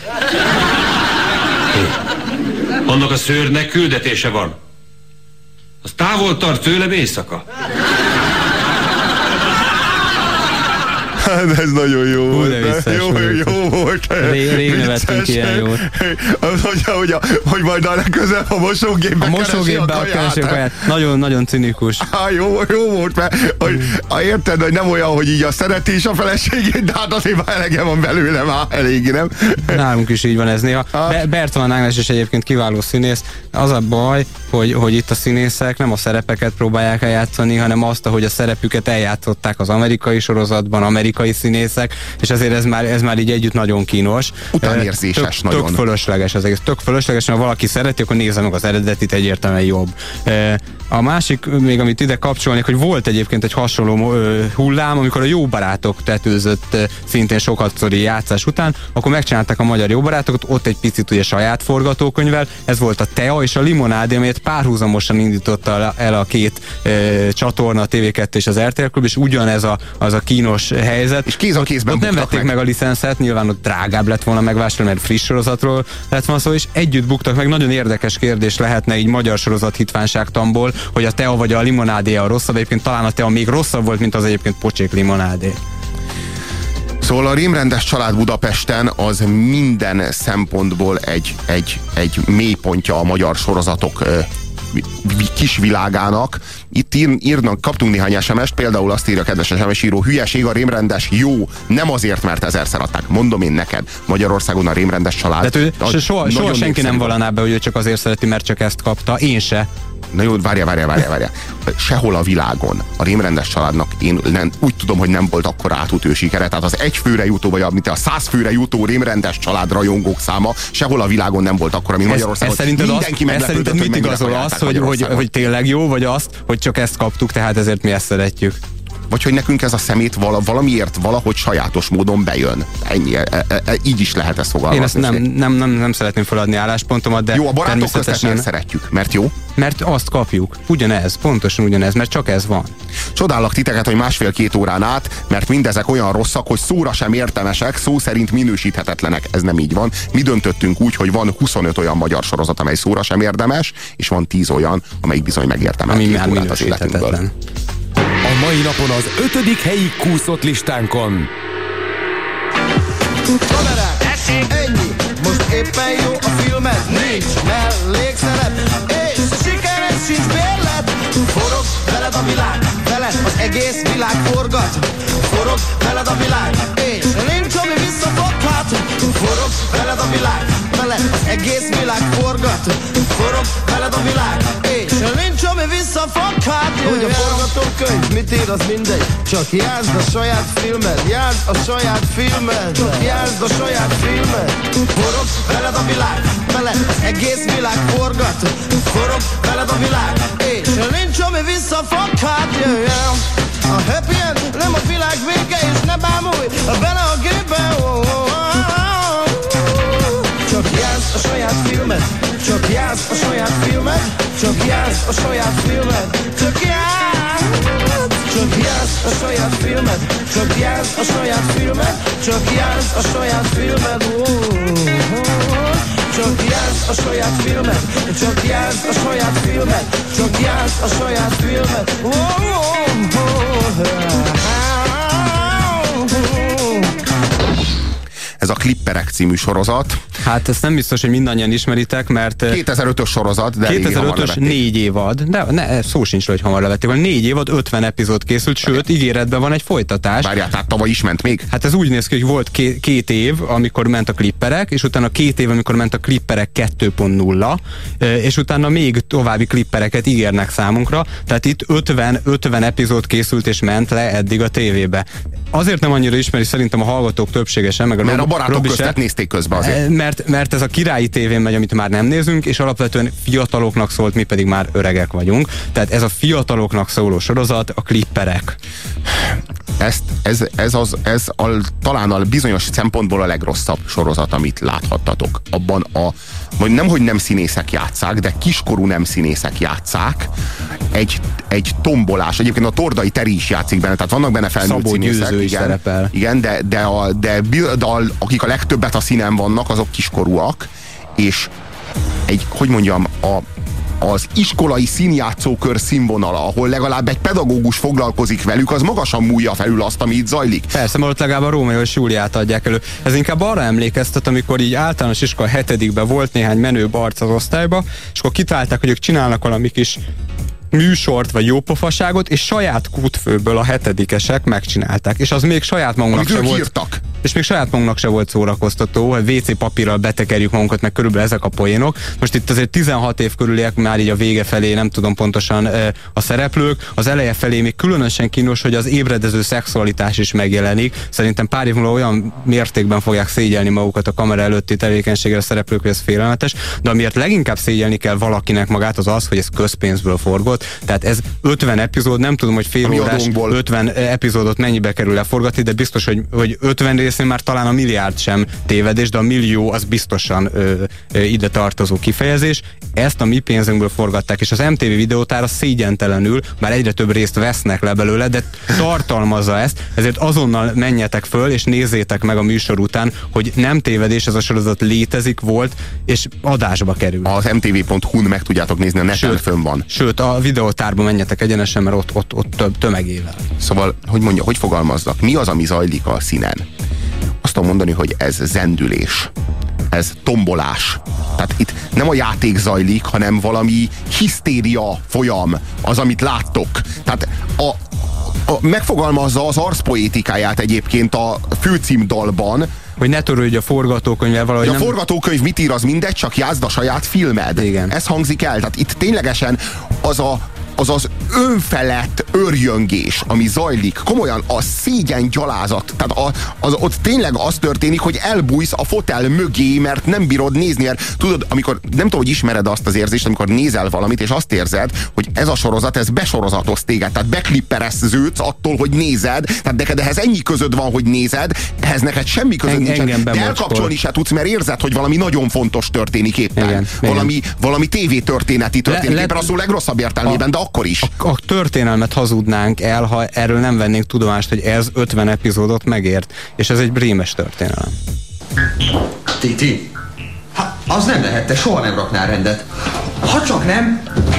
Annak a szőrnek küldetése van. Az távol tart tőlem éjszaka. Ez nagyon jó volt. Jó volt. Rég nevettünk ilyen jót. Hogy majd a legközelebb a mosógépben keresi a kaját. Nagyon cinikus. Jó volt, mert érted, hogy nem olyan, hogy így a szereti is a feleségét, de hát azért már elege van belőle, már elég, nem? Nálunk is így van ez néha. Bertalan Ágnes is egyébként kiváló színész. Az a baj, hogy itt a színészek nem a szerepeket próbálják eljátszani, hanem azt, ahogy a szerepüket eljátszották az amerikai sorozatban, amerikai színészek, és azért ez már így együtt nagyon kínos. Utánérzéses nagyon. Tök fölösleges az egész. Tök fölösleges, ha valaki szereti, akkor nézze meg az eredetit, egyértelműen jobb. A másik, még amit ide kapcsolnék, hogy volt egyébként egy hasonló hullám, amikor a Jó Barátok tetőzött szintén sokatszori játszás után, akkor megcsinálták a Magyar Jó Barátokat, ott egy picit ugye saját forgatókönyvvel, ez volt a Tea és a Limonádé, amelyet párhuzamosan indította el a két csatorna, a TV2 és az RTL Klub, és ugyanez az a kínos helyzet. És kéz a kézben ott nem vették meg a licenszet, nyilván ott drágább lett volna megvásárolni, mert friss sorozatról lett volna szó, és együtt buktak meg. Nagyon érdekes kérdés lehetne így magyar sorozat hitvánságtamból, hogy a Tea vagy a Limonádé a rosszabb, egyébként talán a Tea még rosszabb volt, mint az egyébként pocsék Limonádé. Szóval a Rémrendes család Budapesten az minden szempontból egy mélypontja a magyar sorozatok kis világának. Itt írnak, kaptunk néhány SMS-t, például azt írja a kedves SMS író, hülyeség, a Rémrendes jó, nem azért, mert ezerszer adták. Mondom én neked, Magyarországon a Rémrendes család. De soha senki nem vallaná be, hogy ő csak azért szereti, mert csak ezt kapta. Én se. Na jó, várjál. Sehol a világon a Rémrendes családnak én úgy tudom, hogy nem volt akkora átutő sikere, tehát az 1 főre jutó, vagy mint a 100 főre jutó Rémrendes család rajongók száma sehol a világon nem volt akkora, mint Magyarországon. Szerinted mit igazol az, hogy tényleg jó, vagy azt, hogy csak ezt kaptuk, tehát ezért mi ezt szeretjük? Vagy hogy nekünk ez a szemét valamiért valahogy sajátos módon bejön. Ennyi, így is lehet ezt fogalmazni. Én ezt nem szeretném feladni álláspontomat, de jó, a barátok közt nem szeretjük, mert jó? Mert azt kapjuk. Ugyanez, pontosan ugyanez, mert csak ez van. Csodálok titeket, hogy 1,5-2 órán át, mert mindezek olyan rosszak, hogy szóra sem értelmesek, szó szerint minősíthetetlenek. Ez nem így van. Mi döntöttünk úgy, hogy van 25 olyan magyar sorozat, amely szóra sem érdemes, és van 10 olyan, amelyik bizony megérdemel 2 órát az életünkből. A mai napon az 5. helyi kúszott listánkon. Kamerák, ennyi, most éppen jó a filmed, nincs mellékszerep, és sikeres sincs bérlet. Forog veled a világ, veled az egész világ forgat. Forog veled a világ, és nincs ami visszafoghat. Forog veled a világ, veled az egész világ forgat. Forog veled a világ, és nincs ami visszafoghat. Hogy a forgatókönyv mit ír, az mindegy, csak játszd a saját filmed, játszd a saját filmed, csak játszd a saját filmed. Forog veled a világ, veled az egész világ forgat. Forog veled a világ, és nincs ami visszafoghat. A happy end nem a világ vége, és ne bámulj bele a gépbe. Csak játszd a saját filmed, csak játszd a saját filmed, csak játszd a saját filmed, csak játszd a saját filmed, csak játszd a saját filmed, csak játszd a saját filmed, csak játszd a saját filmed, csak játszd a saját filmed, csak játszd a saját filmed. Ez a Klipperek című sorozat. Hát ezt nem biztos, hogy mindannyian ismeritek, mert... 2005-ös sorozat, de 2005-ös 4 évad, de szó sincs, hogy hamar levették, van 4 évad, 50 epizód készült, sőt, ígéretben van egy folytatás. Várjál, tehát tavaly is ment még? Hát ez úgy néz ki, hogy volt 2 év, amikor ment a Klipperek, és utána 2 év, amikor ment a Klipperek 2.0, és utána még további Klippereket ígérnek számunkra, tehát itt 50 epizód készült és ment le eddig a tévébe. Azért nem annyira ismeri szerintem a hallgatók többségesen, meg a barátok köztet nézték közben azért. Mert ez a királyi tévén megy, amit már nem nézünk, és alapvetően fiataloknak szólt, mi pedig már öregek vagyunk. Tehát ez a fiataloknak szóló sorozat, a Klipperek. Ez talán a bizonyos szempontból a legrosszabb sorozat, amit láthattatok. Abban vagy nemhogy nem színészek játsszák, de kiskorú nem színészek játsszák. Egy tombolás. Egyébként a Tordai Teri is játszik benne, tehát vannak benne felnőtt színészek. Is szerepel. Igen, de akik a legtöbbet a színen vannak, azok kiskorúak, és hogy mondjam, az iskolai színjátszókör színvonala, ahol legalább egy pedagógus foglalkozik velük, az magasan múlja felül azt, ami itt zajlik. Persze, mert ott legalább a Rómeó és Júliát adják elő. Ez inkább arra emlékeztet, amikor így általános iskola 7-ben volt néhány menőbb arc az osztályba, és akkor kitalálták, hogy ők csinálnak valami kis műsort vagy jópofaságot, és saját kútfőből a 7-esek megcsinálták. És az még saját magunknak se volt. Írtak. És még saját magunknak se volt szórakoztató, hogy WC papírral betekerjük magunkat, meg körülbelül ezek a poénok. Most itt azért 16 év körüliek már így a vége felé, nem tudom pontosan a szereplők. Az eleje felé még különösen kínos, hogy az ébredező szexualitás is megjelenik. Szerintem pár év múlva olyan mértékben fogják szégyelni magukat a kamera előtti tevékenységre a szereplők, hogy ez félelmetes. De amiért leginkább szégyelni kell valakinek magát, az az, hogy ez közpénzből forgott. Tehát ez 50 epizód, nem tudom, hogy fél órás 50 epizódot mennyibe kerül leforgatni, de biztos, hogy 50 részén már talán a milliárd sem tévedés, de a millió az biztosan ide tartozó kifejezés. Ezt a mi pénzünkből forgatták, és az MTV videótára szégyentelenül, bár egyre több részt vesznek le belőle, de tartalmazza ezt, ezért azonnal menjetek föl, és nézzétek meg a műsor után, hogy nem tévedés, ez a sorozat létezik, volt, és adásba kerül. Az mtv.hu-n meg tudjátok nézni, a neten fönn van. Sőt, a videótárba menjetek egyenesen, mert ott tömegével. Szóval, hogy fogalmazzak, mi az, ami zajlik a színen? Azt tudom mondani, hogy ez zendülés. Ez tombolás. Tehát itt nem a játék zajlik, hanem valami hisztéria folyam, az, amit láttok. Tehát megfogalmazza az arszpoétikáját egyébként a főcímdalban, hogy ne törődj a forgatókönyvvel valahogy. A forgatókönyv mit ír, az mindegy, csak játszd a saját filmed. Igen. Ez hangzik el. Tehát itt ténylegesen az önfelett örjöngés, ami zajlik, komolyan a szégyen gyalázat. Tehát ott tényleg az történik, hogy elbújsz a fotel mögé, mert nem bírod nézni. Mert tudod, amikor, nem tudom, hogy ismered azt az érzést, amikor nézel valamit, és azt érzed, hogy ez a sorozat, ez besorozatoz téged. Tehát beklippereződsz attól, hogy nézed. Tehát neked ehhez ennyi közöd van, hogy nézed, ehhez neked semmi közöd nincsen. De elkapcsolni se tudsz, mert érzed, hogy valami nagyon fontos történik éppen. Igen, valami tévétörténeti történik éppen, az szó legrosszabb értelmében, de akkor is. A történelmet hazudnánk el, ha erről nem vennénk tudomást, hogy ez 50 epizódot megért, és ez egy rémes történelem. Titi, az nem lehet, te soha nem raknál rendet. Ha csak nem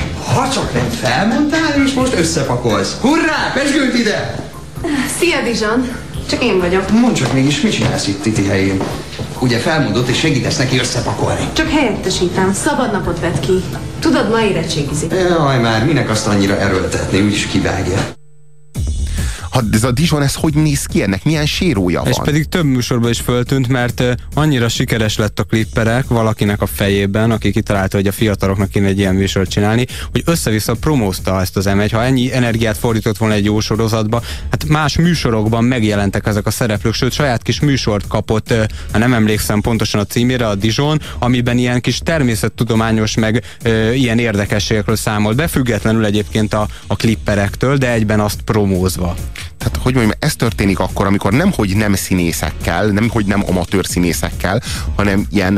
felmondtál, és most összepakolsz. Hurrá, pezsgőnt ide! Szia, Dizsan! Csak én vagyok. Mondd csak mégis, mit csinálsz itt Titi helyén? Ugye felmondott, és segítesz neki összepakolni. Csak helyettesítem. Szabad napot vett ki. Tudod, ma érettségizik. Jaj, már minek azt annyira erőltetni, úgyis kivágja. Ez a Dijon, ez hogy néz ki? Ennek milyen sérója van? És pedig több műsorban is föltűnt, mert annyira sikeres lett a klipperek valakinek a fejében, aki kitalálta, hogy a fiataloknak kéne egy ilyen műsort csinálni, hogy össze-vissza promózta ezt az M1. Ha ennyi energiát fordított volna egy jó sorozatba, hát más műsorokban megjelentek ezek a szereplők, sőt saját kis műsort kapott, nem emlékszem pontosan a címére, a Dijon, amiben ilyen kis természettudományos meg ilyen érdekességekről számolt be, függetlenül egyébként a klipperektől, de egyben azt promózva. Tehát, hogy mondjam, ez történik akkor, amikor nemhogy nem színészekkel, nemhogy nem amatőr színészekkel, hanem ilyen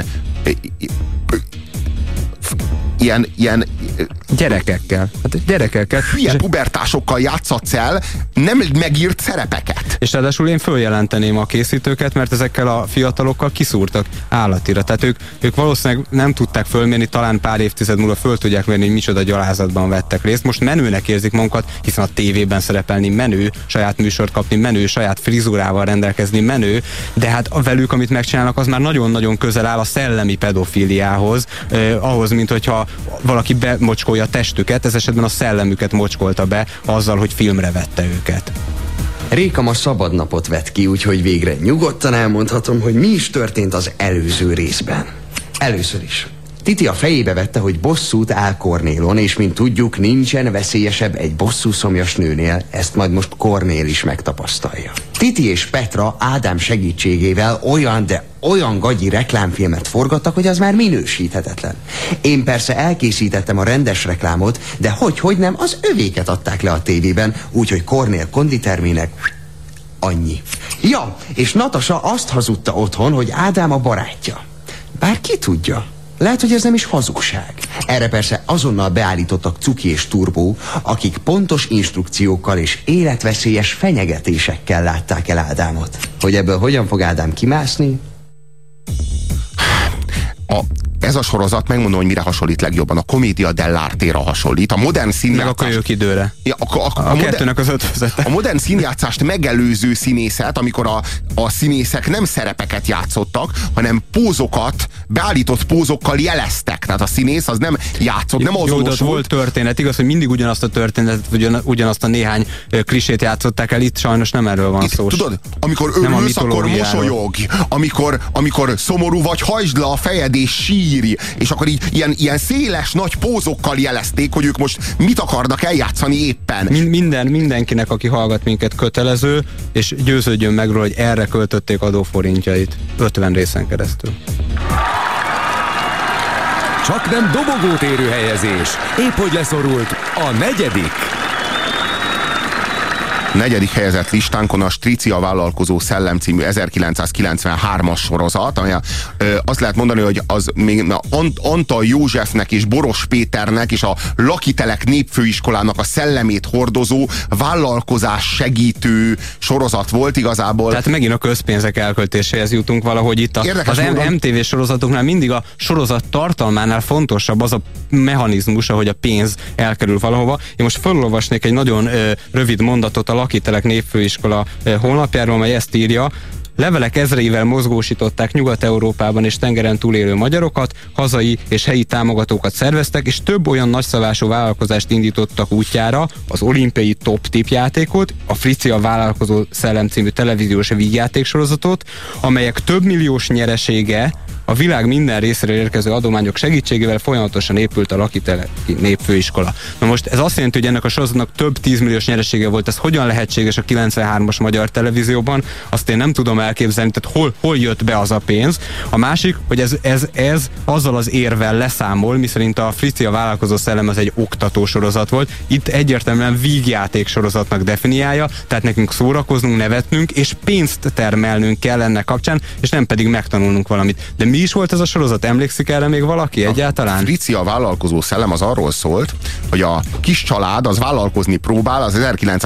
gyerekekkel. Hát gyerekekkel. Hülye pubertásokkal játszatsz el nem megírt szerepeket. És ráadásul én följelenteném a készítőket, mert ezekkel a fiatalokkal kiszúrtak állatira. Tehát ők valószínűleg nem tudták fölmérni, talán pár évtized múlva föl tudják mérni, hogy micsoda gyalázatban vettek részt. Most menőnek érzik magukat, hiszen a tévében szerepelni menő, saját műsort kapni menő, saját frizurával rendelkezni menő, de hát velük, amit megcsinálnak, az már nagyon-nagyon közel áll a szellemi pedofíliához, ahhoz, mint hogyha valaki bemocskolja a testüket, ez esetben a szellemüket mocskolta be azzal, hogy filmre vette őket. Réka ma szabad napot vett ki, úgyhogy végre nyugodtan elmondhatom, hogy mi is történt az előző részben. Először is. Titi a fejébe vette, hogy bosszút áll Kornélon, és mint tudjuk, nincsen veszélyesebb egy bosszúszomjas nőnél, ezt majd most Kornél is megtapasztalja. Titi és Petra Ádám segítségével olyan gagyi reklámfilmet forgattak, hogy az már minősíthetetlen. Én persze elkészítettem a rendes reklámot, de hogy nem, az övéket adták le a tévében, úgyhogy Kornél konditermének annyi. Ja, és Natasa azt hazudta otthon, hogy Ádám a barátja. Bár ki tudja? Lehet, hogy ez nem is hazugság. Erre persze azonnal beállítottak Cuki és Turbó, akik pontos instrukciókkal és életveszélyes fenyegetésekkel látták el Ádámot. Hogy ebből hogyan fog Ádám kimászni? ez a sorozat, megmondom, hogy mire hasonlít legjobban. A Commedia dell'arte-ra hasonlít. A modern színjátszást... Meg a Kölyök időre. Ja, a kettőnek az ötvözete. A modern színjátszást megelőző színészet, amikor a színészek nem szerepeket játszottak, hanem pózokat, beállított pózokkal jeleztek. Tehát a színész az nem játszott, nem azonosult. Jó, volt történet. Igaz, hogy mindig ugyanazt a történetet, ugyanazt a néhány klisét játszották el. Itt sajnos nem erről van szó. Tudod, amikor örülsz, akkor mosolyog. Amikor szomorú vagy, hajtsd le a fejed és sírj. És akkor így ilyen széles, nagy pózokkal jelezték, hogy ők most mit akarnak eljátszani éppen. Mindenkinek, aki hallgat minket, kötelező, és győződjön meg róla, hogy erre költötték adóforintjait 50 részen keresztül. Csak nem dobogót érő helyezés. Épp hogy leszorult a negyedik helyezett listánkon a Strizia vállalkozó szellem című 1993-as sorozat, ami azt lehet mondani, hogy az még Antal Józsefnek és Boros Péternek és a Lakitelek népfőiskolának a szellemét hordozó vállalkozás segítő sorozat volt igazából. Tehát megint a közpénzek elköltéséhez jutunk valahogy itt. Az MTV sorozatoknál mindig a sorozat tartalmánál fontosabb az a mechanizmus, ahogy a pénz elkerül valahova. Én most felolvasnék egy nagyon rövid mondatot a Lakitelek népfőiskola honlapjáról, amely ezt írja: levelek ezreivel mozgósították Nyugat-Európában és tengeren túlélő magyarokat, hazai és helyi támogatókat szerveztek, és több olyan nagyszabású vállalkozást indítottak útjára, az olimpiai top-tip játékot, a Friccia vállalkozó szellem című televíziós vígjátéksorozatot, amelyek több milliós nyeresége a világ minden részéről érkező adományok segítségével folyamatosan épült a Lakitelek népfőiskola. Na most ez azt jelenti, hogy ennek a sorozatnak több 10 milliós nyeresége volt. Ez hogyan lehetséges a 93-as magyar televízióban? Azt én nem tudom elképzelni, tehát hol jött be az a pénz. A másik, hogy ez azzal az érvel leszámol, miszerint a Friccia vállalkozó szellem az egy oktató sorozat volt. Itt egyértelműen vígjáték sorozatnak definiálja, tehát nekünk szórakoznunk, nevetnünk és pénzt termelnünk kell ennek kapcsán, és nem pedig megtanulnunk valamit. De mi is volt ez a sorozat? Emlékszik erre még valaki egyáltalán? A Friccia vállalkozó szellem az arról szólt, hogy a kis család az vállalkozni próbál az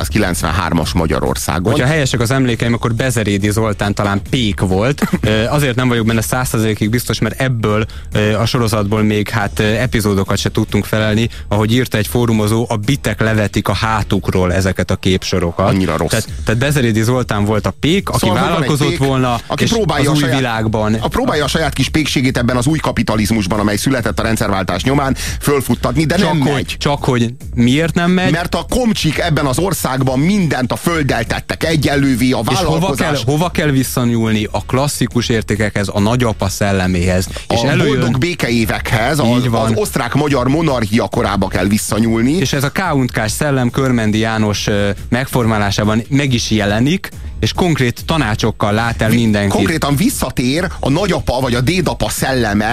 1993-as Magyarországon. Hogyha helyesek az emlékeim, akkor Bezerédi Zoltán talán pék volt. Azért nem vagyok benne 100%-ig biztos, mert ebből a sorozatból még epizódokat se tudtunk felelni. Ahogy írta egy fórumozó, a bitek levetik a hátukról ezeket a képsorokat. Annyira rossz. Tehát Bezerédi Zoltán volt a pék, aki szóval vállalkozott volna, aki és próbálja az új világban. Próbálja a saját kis pékségét ebben az új kapitalizmusban, amely született a rendszerváltás nyomán, fölfuttatni, de nem megy. Csak hogy miért nem megy? Mert a komcsik ebben az országban mindent a földdel tettek egyenlővé, a vállalkozás. És hova kell visszanyúlni? A klasszikus értékekhez, a nagyapa szelleméhez. És boldog békeévekhez, az osztrák-magyar monarchia korába kell visszanyúlni. És ez a K&K-s szellem Körmendi János megformálásában meg is jelenik, és konkrét tanácsokkal lát el mindenkit. Konkrétan visszatér a nagyapa vagy a dédapa szelleme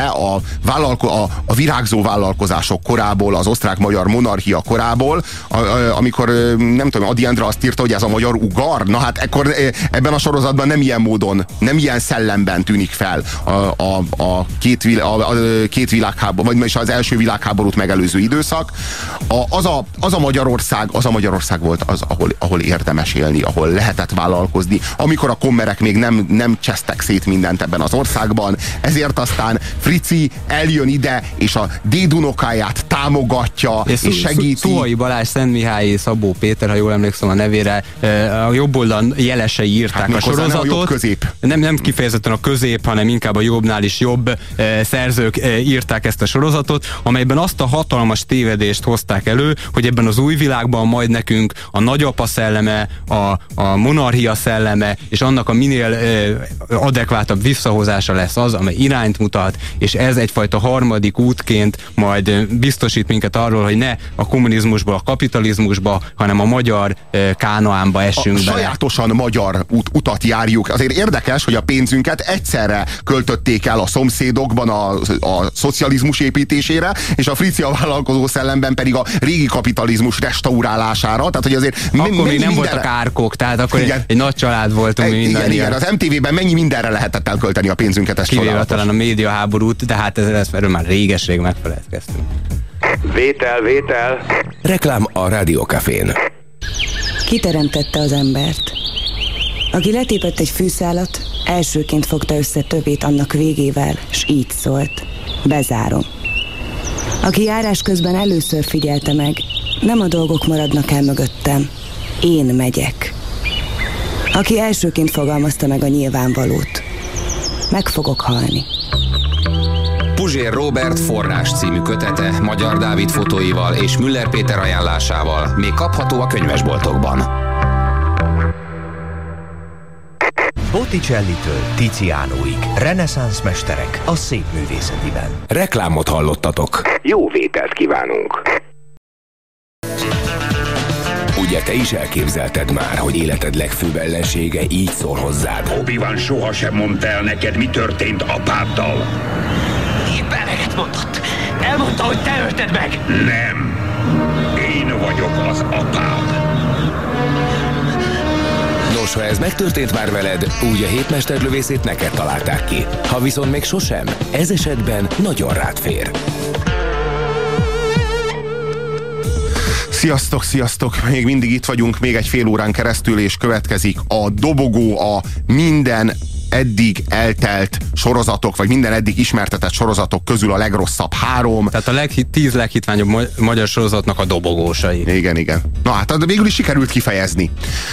a virágzó vállalkozások korából, az osztrák-magyar monarchia korából, amikor nem tudom, Ady Endre azt írta, hogy ez a magyar ugar. Na hát ekkor ebben a sorozatban nem ilyen módon, nem ilyen szellemben tűnik fel a két világháború, vagy az első világháborút megelőző időszak. Az a Magyarország volt az, ahol érdemes élni, ahol lehetett vállalkozni, amikor a kommerek még nem csesztek szét mindent ebben az országban, ezért aztán Frici eljön ide, és a dédunokáját támogatja, és segíti. Szuhai Balázs, Szentmihályi, Szabó Péter, ha jól emlékszem a nevére, a jobb oldal jelesei írták a sorozatot. Nem kifejezetten a közép, hanem inkább a jobbnál is jobb szerzők írták ezt a sorozatot, amelyben azt a hatalmas tévedést hozták elő, hogy ebben az új világban majd nekünk a nagyapa szelleme, a monarchia szelleme, és annak a minél adekvátabb visszahozása lesz az, amely irányt mutat, és ez egyfajta harmadik útként majd biztosít minket arról, hogy ne a kommunizmusba, a kapitalizmusba, hanem a magyar Kánaánba essünk bele. Sajátosan magyar utat járjuk. Azért érdekes, hogy a pénzünket egyszerre költötték el a szomszédokban a szocializmus építésére, és a Friccia vállalkozó szellemben pedig a régi kapitalizmus restaurálására. Tehát, hogy azért akkor még nem voltak árkok, tehát akkor egy nagy család voltunk mi mindannyian. Igen, az MTV-ben mennyi mindenre lehetett elkölteni a pénzünket, ez kivéve talán a médiaháborút, de hát erről már réges-rég megfeledkeztünk. Vétel. Reklám a Rádiókafén. Ki teremtette az embert? Aki letépett egy fűszálat, elsőként fogta össze többét annak végével, s így szólt: bezárom. Aki járás közben először figyelte meg, nem a dolgok maradnak el mögöttem, én megyek. Aki elsőként fogalmazta meg a nyilvánvalót, meg fogok halni. Puzsér Róbert forrás című kötete Magyar Dávid fotóival és Müller Péter ajánlásával még kapható a könyvesboltokban. Botticellitől Tizianoig. Reneszánsz mesterek a szép művészetiben. Reklámot hallottatok. Jó vételt kívánunk! Ugye te is elképzelted már, hogy életed legfőbb ellensége így szól hozzád? Obi-Wan sohasem mondta el neked, mi történt apáddal. Éppen eleget mondott. Elmondta, hogy te ölted meg. Nem. Én vagyok az apád. Nos, ha ez megtörtént már veled, úgy a hétmesterlövészét neked találták ki. Ha viszont még sosem, ez esetben nagyon rád fér. Sziasztok, sziasztok! Még mindig itt vagyunk, még egy fél órán keresztül, és következik a dobogó, a minden eddig eltelt sorozatok, vagy minden eddig ismertetett sorozatok közül a legrosszabb 3. Tehát a 10 leghitványabb magyar sorozatnak a dobogósai. Igen, igen. Na hát végül is sikerült kifejezni.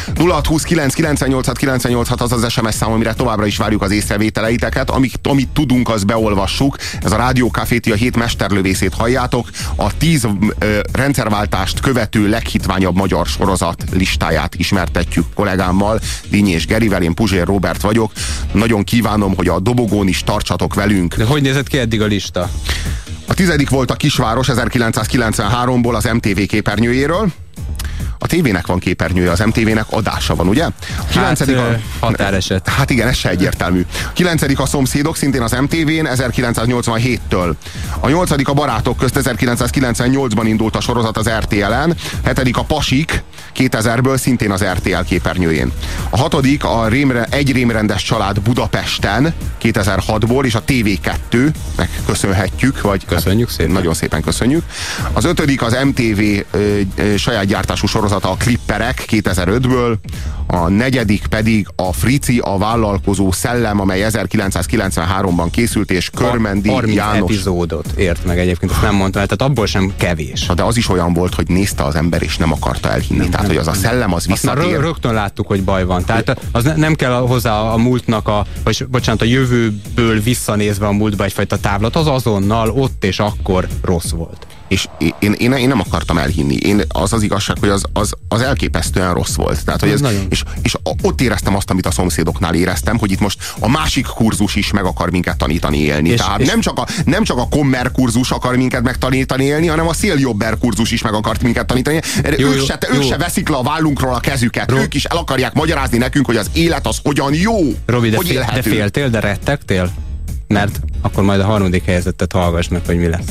0629 986 986 az az SMS szám, amire továbbra is várjuk az észrevételeiteket. Amit tudunk, azt beolvassuk. Ez a Rádió Café-ti a hét mesterlövészét halljátok. A 10 rendszerváltást követő leghitványabb magyar sorozat listáját ismertetjük kollégámmal, Dinyi és Gerivel. Én Puzsér Róbert vagyok. Nagyon kívánom, hogy a dobogón is tartsatok velünk. De hogy nézett ki eddig a lista? A 10. volt a Kisváros 1993-ból az MTV képernyőjéről. A tévének van képernyője, az MTV-nek adása van, ugye? A 9. határeset. Hát igen, ez se egyértelmű. A 9. a Szomszédok, szintén az MTV-n 1987-től. A 8. a Barátok közt 1998-ban indult a sorozat az RTL-en. 7. a Pasik 2000-ből, szintén az RTL képernyőjén. A 6. a Egy rémrendes család Budapesten 2006-ból, és a TV2-nek köszönhetjük, vagy köszönjük szépen. Nagyon szépen köszönjük. Az 5. az MTV saját gyártású sorozata a Klipperek 2005-ből, a 4. pedig a Frici, a vállalkozó szellem, amely 1993-ban készült, és Körmendi 30 János epizódot ért meg egyébként, ezt nem mondtam el, tehát abból sem kevés. De az is olyan volt, hogy nézte az ember, és nem akarta elhinni. Tehát, hogy az a szellem, az visszatér. Rögtön láttuk, hogy baj van. Tehát az nem kell hozzá a múltnak, a jövőből visszanézve a múltba egyfajta távlat, az azonnal ott és akkor rossz volt. És én nem akartam elhinni. Az igazság, hogy az elképesztően rossz volt. Tehát, hogy és ott éreztem azt, amit a Szomszédoknál éreztem, hogy itt most a másik kurzus is meg akar minket tanítani élni. Tehát nem csak a Kommer kurzus akar minket megtanítani élni, hanem a Széljobber kurzus is meg akart minket tanítani. Ők se veszik le a vállunkról a kezüket. Ők is el akarják magyarázni nekünk, hogy az élet az hogyan jó. Robi, de féltél, de rettegtél? Mert akkor majd a 3. helyezettet hallgass meg, hogy mi lesz.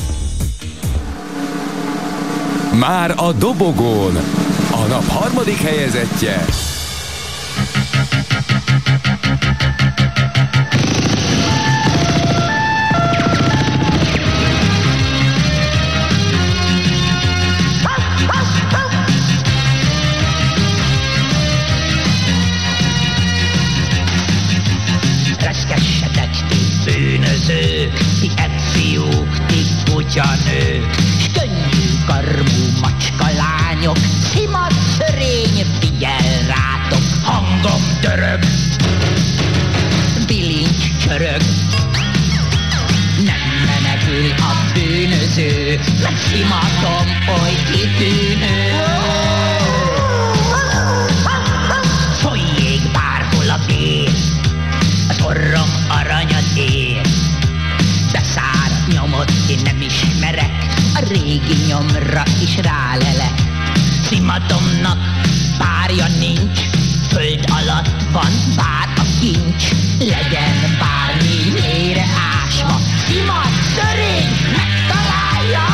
Már a dobogón a nap 3. helyezettje. Reszkessetek, ti bűnözők, ti egyfiúk, ti kutyanők, s könnyű karmú macska lányok, szimat szörény figyel rátok, hangom dörög, bilincs csörög, nem menekül a bűnöző, mert szimatom oly kitűnő. Folyjék bárhol a vér, az orrom aranyat ér, de szár nyomot én nem ismerek, a régi nyomra is rálelek. Szimatomnak párja nincs, föld alatt van bár a kincs, legyen bármi mélyre ásva, szimat szörény megtalálja.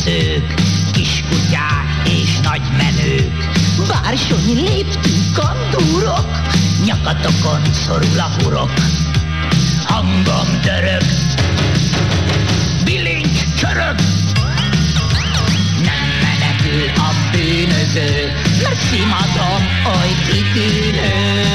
üldözők, kiskutyák és nagymenők, bársony léptű kandúrok, nyakatokon szorul a hurok. Hangom dörög, bilincs csörög, nem menekül a bűnöző, mert szimatom oly kitűnő.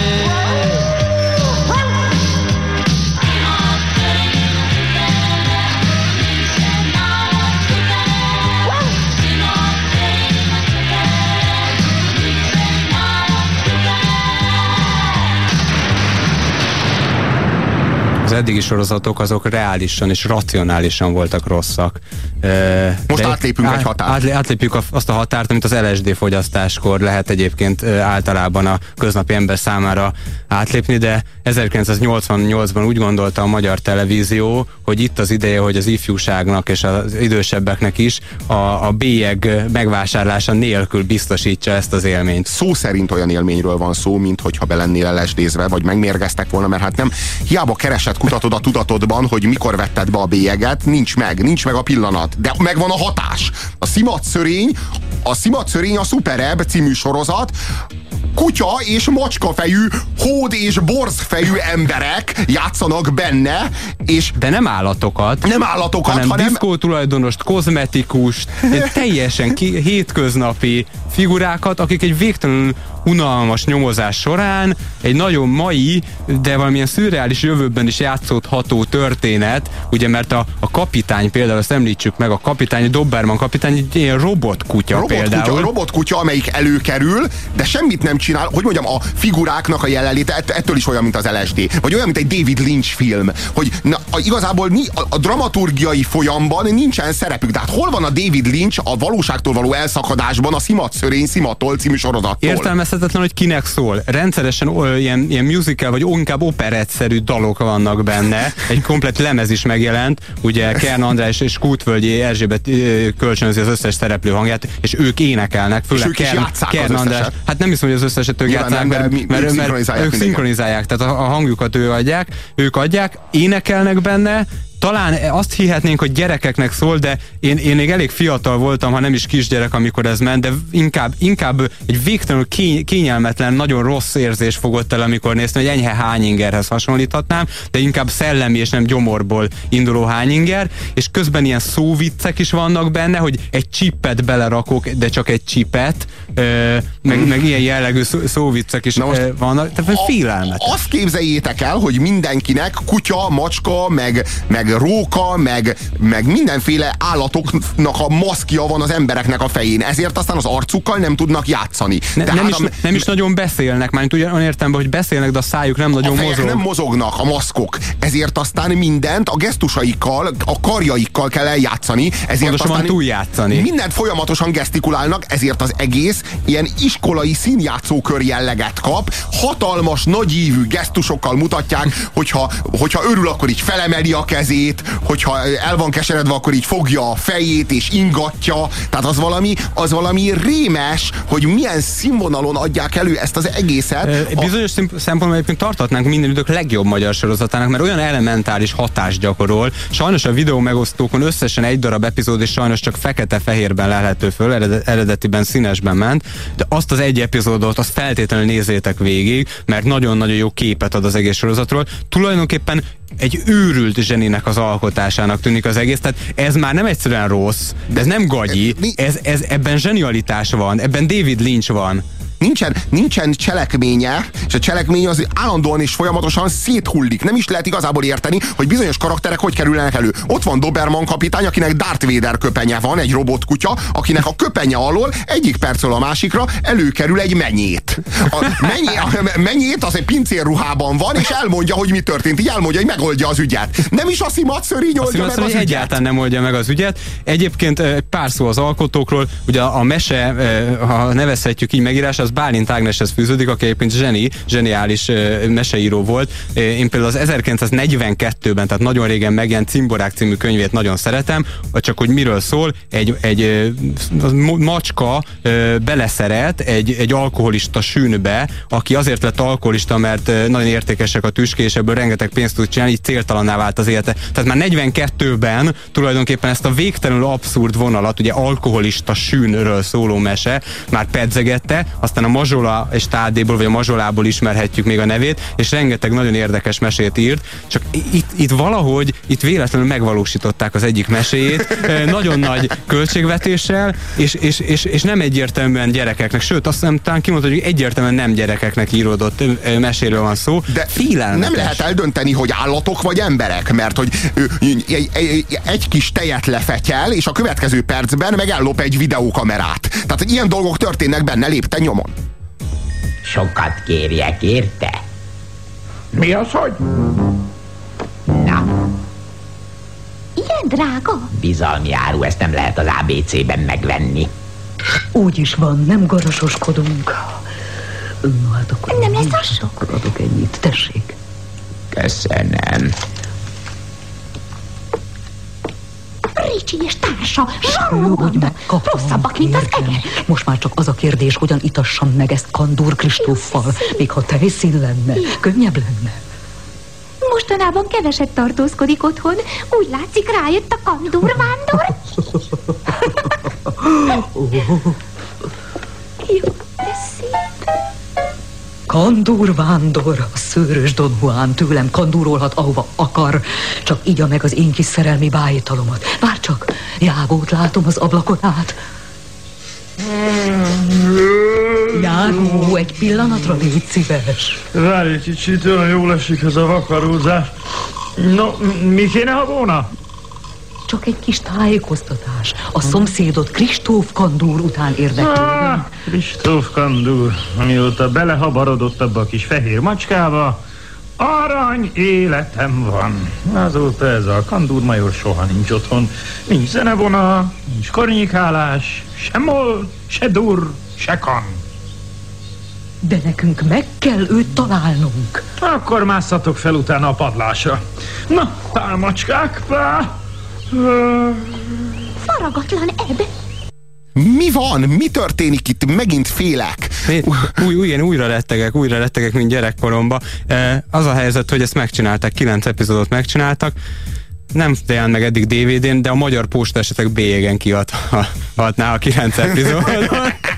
Az eddigi sorozatok azok reálisan és racionálisan voltak rosszak. Most átlépünk egy határt. Átlépjük azt a határt, amit az LSD fogyasztáskor lehet egyébként általában a köznapi ember számára átlépni, de 1988-ban úgy gondolta a magyar televízió, hogy itt az ideje, hogy az ifjúságnak és az idősebbeknek is a bélyeg megvásárlása nélkül biztosítsa ezt az élményt. Szó szerint olyan élményről van szó, mint hogyha be lennél LSD-zve, vagy megmérgeztek volna, mert hát nem, hiába keresed, kutatod a tudatodban, hogy mikor vetted be a bélyeget, nincs meg a pillanat, de megvan a hatás. A Szimatszörény a Superebb című sorozat, kutya és macskafejű, hód és borzfejű emberek játszanak benne, és... De nem állatokat. Nem állatokat, hanem diszkótulajdonost, kozmetikust, teljesen hétköznapi figurákat, akik egy végtelenül unalmas nyomozás során egy nagyon mai, de valamilyen szürreális jövőben is játszódható történet, ugye, mert a kapitány például, azt említsük meg, a kapitány, Doberman kapitány egy ilyen robotkutya például. Robotkutya, amelyik előkerül, de semmit nem csinál, hogy mondjam, a figuráknak a jelenléte ettől is olyan, mint az LSD, vagy olyan, mint egy David Lynch film, hogy igazából a dramaturgiai folyamban nincsen szerepük, de hát hol van a David Lynch a valóságtól való elszakadásban a Szimatszörény Szimatol című sorozattól? Értelmezhetetlen, hogy kinek szól. Rendszeresen ilyen musical, vagy inkább operettszerű dalok vannak benne. Egy komplett lemez is megjelent, ugye Kern András és Kútvölgyi Erzsébet kölcsönözi az összes szereplő hangját, és ők énekelnek, főleg Kern András. Hát nem hiszem, hogy az összeset ők játszák, mert ők szinkronizálják, tehát a hangjukat ők adják, énekelnek benne. Talán azt hihetnénk, hogy gyerekeknek szól, de én még elég fiatal voltam, ha nem is kisgyerek, amikor ez ment, de inkább egy végtelenül kényelmetlen, nagyon rossz érzés fogott el, amikor néztem, egy enyhe hányingerhez hasonlíthatnám, de inkább szellemi és nem gyomorból induló hányinger, és közben ilyen szóviccek is vannak benne, hogy egy csipet belerakok, de csak egy csipet, meg ilyen jellegű szóviccek is vannak, tehát félelmetes. Azt képzeljétek el, hogy mindenkinek kutya, macska, meg róka, meg mindenféle állatoknak a maszkja van az embereknek a fején. Ezért aztán az arcukkal nem tudnak játszani. Nem is nagyon beszélnek, már olyan értelemben, hogy beszélnek, de a szájuk nem nagyon mozog. Nem mozognak, a maszkok. Ezért aztán mindent a gesztusaikkal, a karjaikkal kell eljátszani. Ezért aztán túljátszani. Mindent folyamatosan gesztikulálnak, ezért az egész ilyen iskolai színjátszókör jelleget kap. Hatalmas, nagyívű gesztusokkal mutatják, hogyha örül, akkor így felemeli a kezét, hogyha el van keseredve, akkor így fogja a fejét és ingatja. Tehát az valami rémes, hogy milyen színvonalon adják elő ezt az egészet. Bizonyos szempontból egyébként tarthatnánk minden idők legjobb magyar sorozatának, mert olyan elementáris hatást gyakorol. Sajnos a videó megosztókon összesen egy darab epizód, és sajnos csak fekete-fehérben lelhető föl, eredetiben színesben ment, de azt az egy epizódot, azt feltétlenül nézzétek végig, mert nagyon-nagyon jó képet ad az egész sorozatról. Tulajdonképpen egy őrült zseninek az alkotásának tűnik az egész, tehát ez már nem egyszerűen rossz, de ez nem gagyi, ebben zsenialitás van, ebben David Lynch van. Nincsen cselekménye, és a cselekmény az állandóan és folyamatosan széthullik. Nem is lehet igazából érteni, hogy bizonyos karakterek hogy kerülnek elő. Ott van Doberman kapitány, akinek Darth Vader köpenye van, egy robotkutya, akinek a köpenye alól egyik percről a másikra előkerül egy menyét. A menyét az egy pincérruhában van, és elmondja, hogy mi történt. Így elmondja, hogy megoldja az ügyet. Nem is a Szimatszörény oldja meg az ügyet. Egyáltalán nem oldja meg az ügyet. Egyébként pár szó az alkotókról. Ugye a mese, ha nevezhetjük így megírás, az Bálint Ágneshez fűződik, aki egyébként zseniális meseíró volt. Én például az 1942-ben, tehát nagyon régen megjelent Cimborák című könyvét nagyon szeretem, csak hogy miről szól, egy macska beleszeret egy alkoholista sűnbe, aki azért lett alkoholista, mert nagyon értékesek a tüskék, és ebből rengeteg pénzt tud csinálni, így céltalanná vált az élete. Tehát már 42-ben tulajdonképpen ezt a végtelenül abszurd vonalat, ugye alkoholista sűnről szóló mese már pedzegette, aztán a Mazsola és Tádéból, vagy a Mazsolából ismerhetjük még a nevét, és rengeteg nagyon érdekes mesét írt, csak itt valahogy, itt véletlenül megvalósították az egyik meséjét, nagyon nagy költségvetéssel, és nem egyértelműen gyerekeknek, sőt azt hiszem talán kimondta, hogy egyértelműen nem gyerekeknek íródott meséről van szó. De nem lehet eldönteni, hogy állatok vagy emberek, mert hogy egy kis tejet lefetyel, és a következő percben meg ellop egy videókamerát. Tehát, hogy ilyen dolgok történnek benne lépten nyomon. Sokat kérjek, érte? Mi az, hogy? Na. Ilyen drága? Bizalmi áru, ezt nem lehet az ABC-ben megvenni. Úgy is van, nem garasoskodunk. No, hát akkor nem lesz az sok? Akkor adok ennyit, tessék. Köszönöm. Ricsi és társa, zsarolóbanda, rosszabbak, mint az eger. Most már csak az a kérdés, hogyan itassam meg ezt Kandúr Kristóffal, még ha tejszín lenne, könnyebb lenne. Mostanában keveset tartózkodik otthon, úgy látszik rájött a Kandúr vándor. Jó, de szép. Kandúr vándor, a szőrös Don Juan tőlem kandúrolhat, ahova akar, csak igya meg az én kis szerelmi bájtalomat. Már csak Jágót látom az ablakon át. Jágó, egy pillanatra légy szíves. Várj egy kicsit, olyan jól esik ez a vakarózás. No, mi kéne, ha volna? Csak egy kis tájékoztatás. A szomszédot Kristóf Kandúr után érdeklődöm. Kristóf Kandúr, amióta belehabarodott abba a kis fehér macskába, arany életem van. Azóta ez a Kandúr major soha nincs otthon. Nincs zenevona, nincs kornyikálás, se mol, se dur, se kan. De nekünk meg kell őt találnunk. Akkor másszatok fel utána a padlásra. Na, pálmacskák, pá! Faragatlan ebb. Mi van? Mi történik itt? Megint félek. Én újra rettegek, mint gyerekkoromban. Az a helyzet, hogy ezt megcsinálták, 9 epizódot megcsináltak. Nem jelent meg eddig DVD-n, de a Magyar Posta esetek bélyegen kiadhatná a 9 epizódot.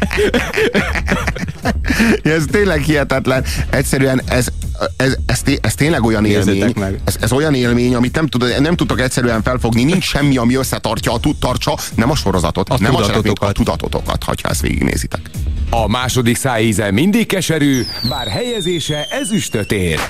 Ez tényleg hihetetlen. Egyszerűen ez tényleg olyan élmény. Ez olyan élmény, amit nem tudtok egyszerűen felfogni. Nincs semmi, ami összetartsa tartsa nem a sorozatot, nem a tudatotokat, ha ezt végignézitek. A második szájíze mindig keserű, bár helyezése ezüstöt ér.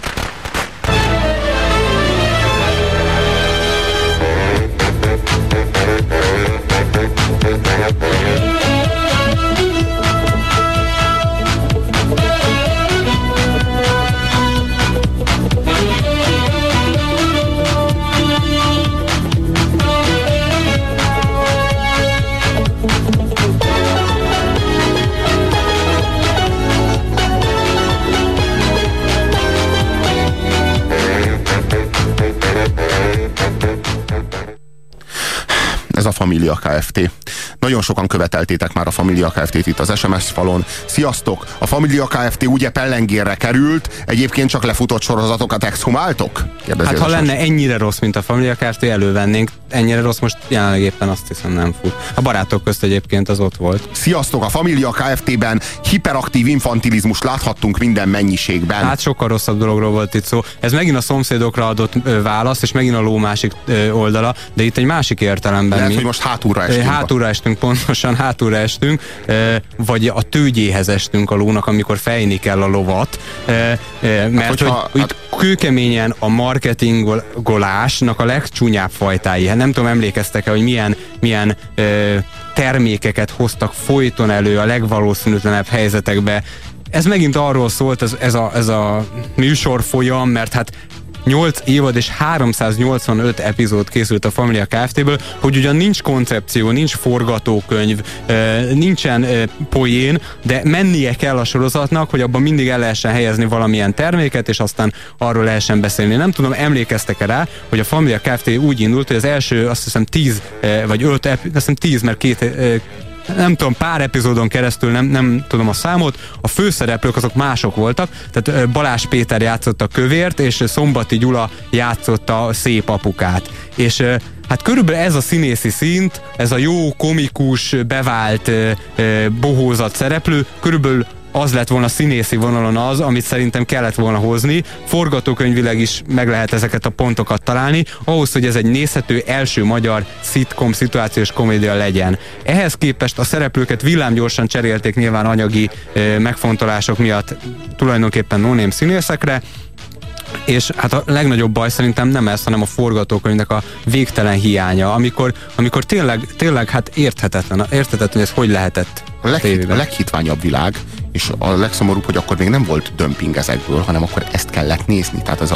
Ez a Família Kft. Nagyon sokan követeltétek már a Família Kft-t itt az SMS falon. Sziasztok! A Família Kft. Ugye pellengérre került, egyébként csak lefutott sorozatokat exhumáltok? Hát ha lenne ennyire rossz, mint a Família Kft. Elővennénk. Ennyire rossz most jelenleg éppen azt hiszem nem fut. A barátok közt egyébként az ott volt. Sziasztok! A Família Kft-ben hiperaktív infantilizmust láthattunk minden mennyiségben. Hát sokkal rosszabb dologról volt itt szó. Ez megint a szomszédokra adott válasz, és megint a ló másik oldala, de itt egy másik értelemben. Lehet, hogy most hátulra estünk. Hátulra estünk, pontosan hátulra estünk, vagy a tőgyéhez estünk a lónak, amikor fejni kell a lovat, mert hogy kőkeményen a marketingolásnak a legcsúnyább fajtái. Hát nem tudom, emlékeztek-e, hogy milyen termékeket hoztak folyton elő a legvalószínűtlenebb helyzetekbe. Ez megint arról szólt, ez a műsor folyam, mert hát 8 évad és 385 epizód készült a Família Kft-ből, hogy ugyan nincs koncepció, nincs forgatókönyv, nincsen poén, de mennie kell a sorozatnak, hogy abban mindig el lehessen helyezni valamilyen terméket, és aztán arról lehessen beszélni. Nem tudom, emlékeztek-e rá, hogy a Família Kft úgy indult, hogy az első, azt hiszem 10 vagy 5, azt hiszem 10, mert nem tudom, pár epizódon keresztül, nem tudom a számot, a főszereplők azok mások voltak, tehát Balázs Péter játszotta Kövért, és Szombati Gyula játszotta a Szép apukát. És hát körülbelül ez a színészi szint, ez a jó, komikus, bevált, bohózat szereplő, körülbelül az lett volna színészi vonalon az, amit szerintem kellett volna hozni. Forgatókönyvileg is meg lehet ezeket a pontokat találni, ahhoz, hogy ez egy nézhető első magyar szitkom, szituációs komédia legyen. Ehhez képest a szereplőket villámgyorsan cserélték nyilván anyagi megfontolások miatt tulajdonképpen no-name színészekre, és hát a legnagyobb baj szerintem nem ez, hanem a forgatókönyvnek a végtelen hiánya, amikor tényleg hát érthetetlen, hogy ez hogy lehetett. A leghitványabb világ, és a legszomorúbb, hogy akkor még nem volt dömping ezekből, hanem akkor ezt kellett nézni. Tehát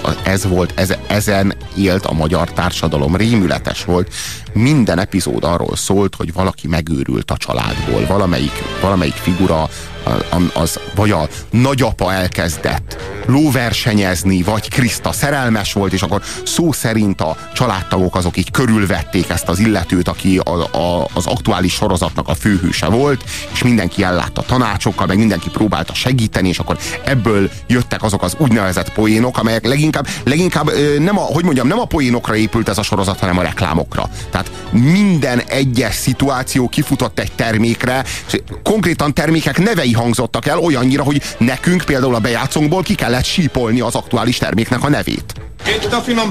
ezen élt a magyar társadalom, rémületes volt. Minden epizód arról szólt, hogy valaki megőrült a családból, valamelyik figura, vagy a nagyapa elkezdett lóversenyezni, vagy Kriszta szerelmes volt, és akkor szó szerint a családtagok azok így körülvették ezt az illetőt, aki az aktuális sorozatnak a főhőse volt, és mindenki ellátta tanácsokkal, meg mindenki próbálta segíteni, és akkor ebből jöttek azok az úgynevezett poénok, amelyek leginkább nem a poénokra épült ez a sorozat, hanem a reklámokra. Tehát minden egyes szituáció kifutott egy termékre, és konkrétan termékek nevei hangzottak el olyannyira, hogy nekünk például a bejátszónkból ki kellett sípolni az aktuális terméknek a nevét. Itt a finom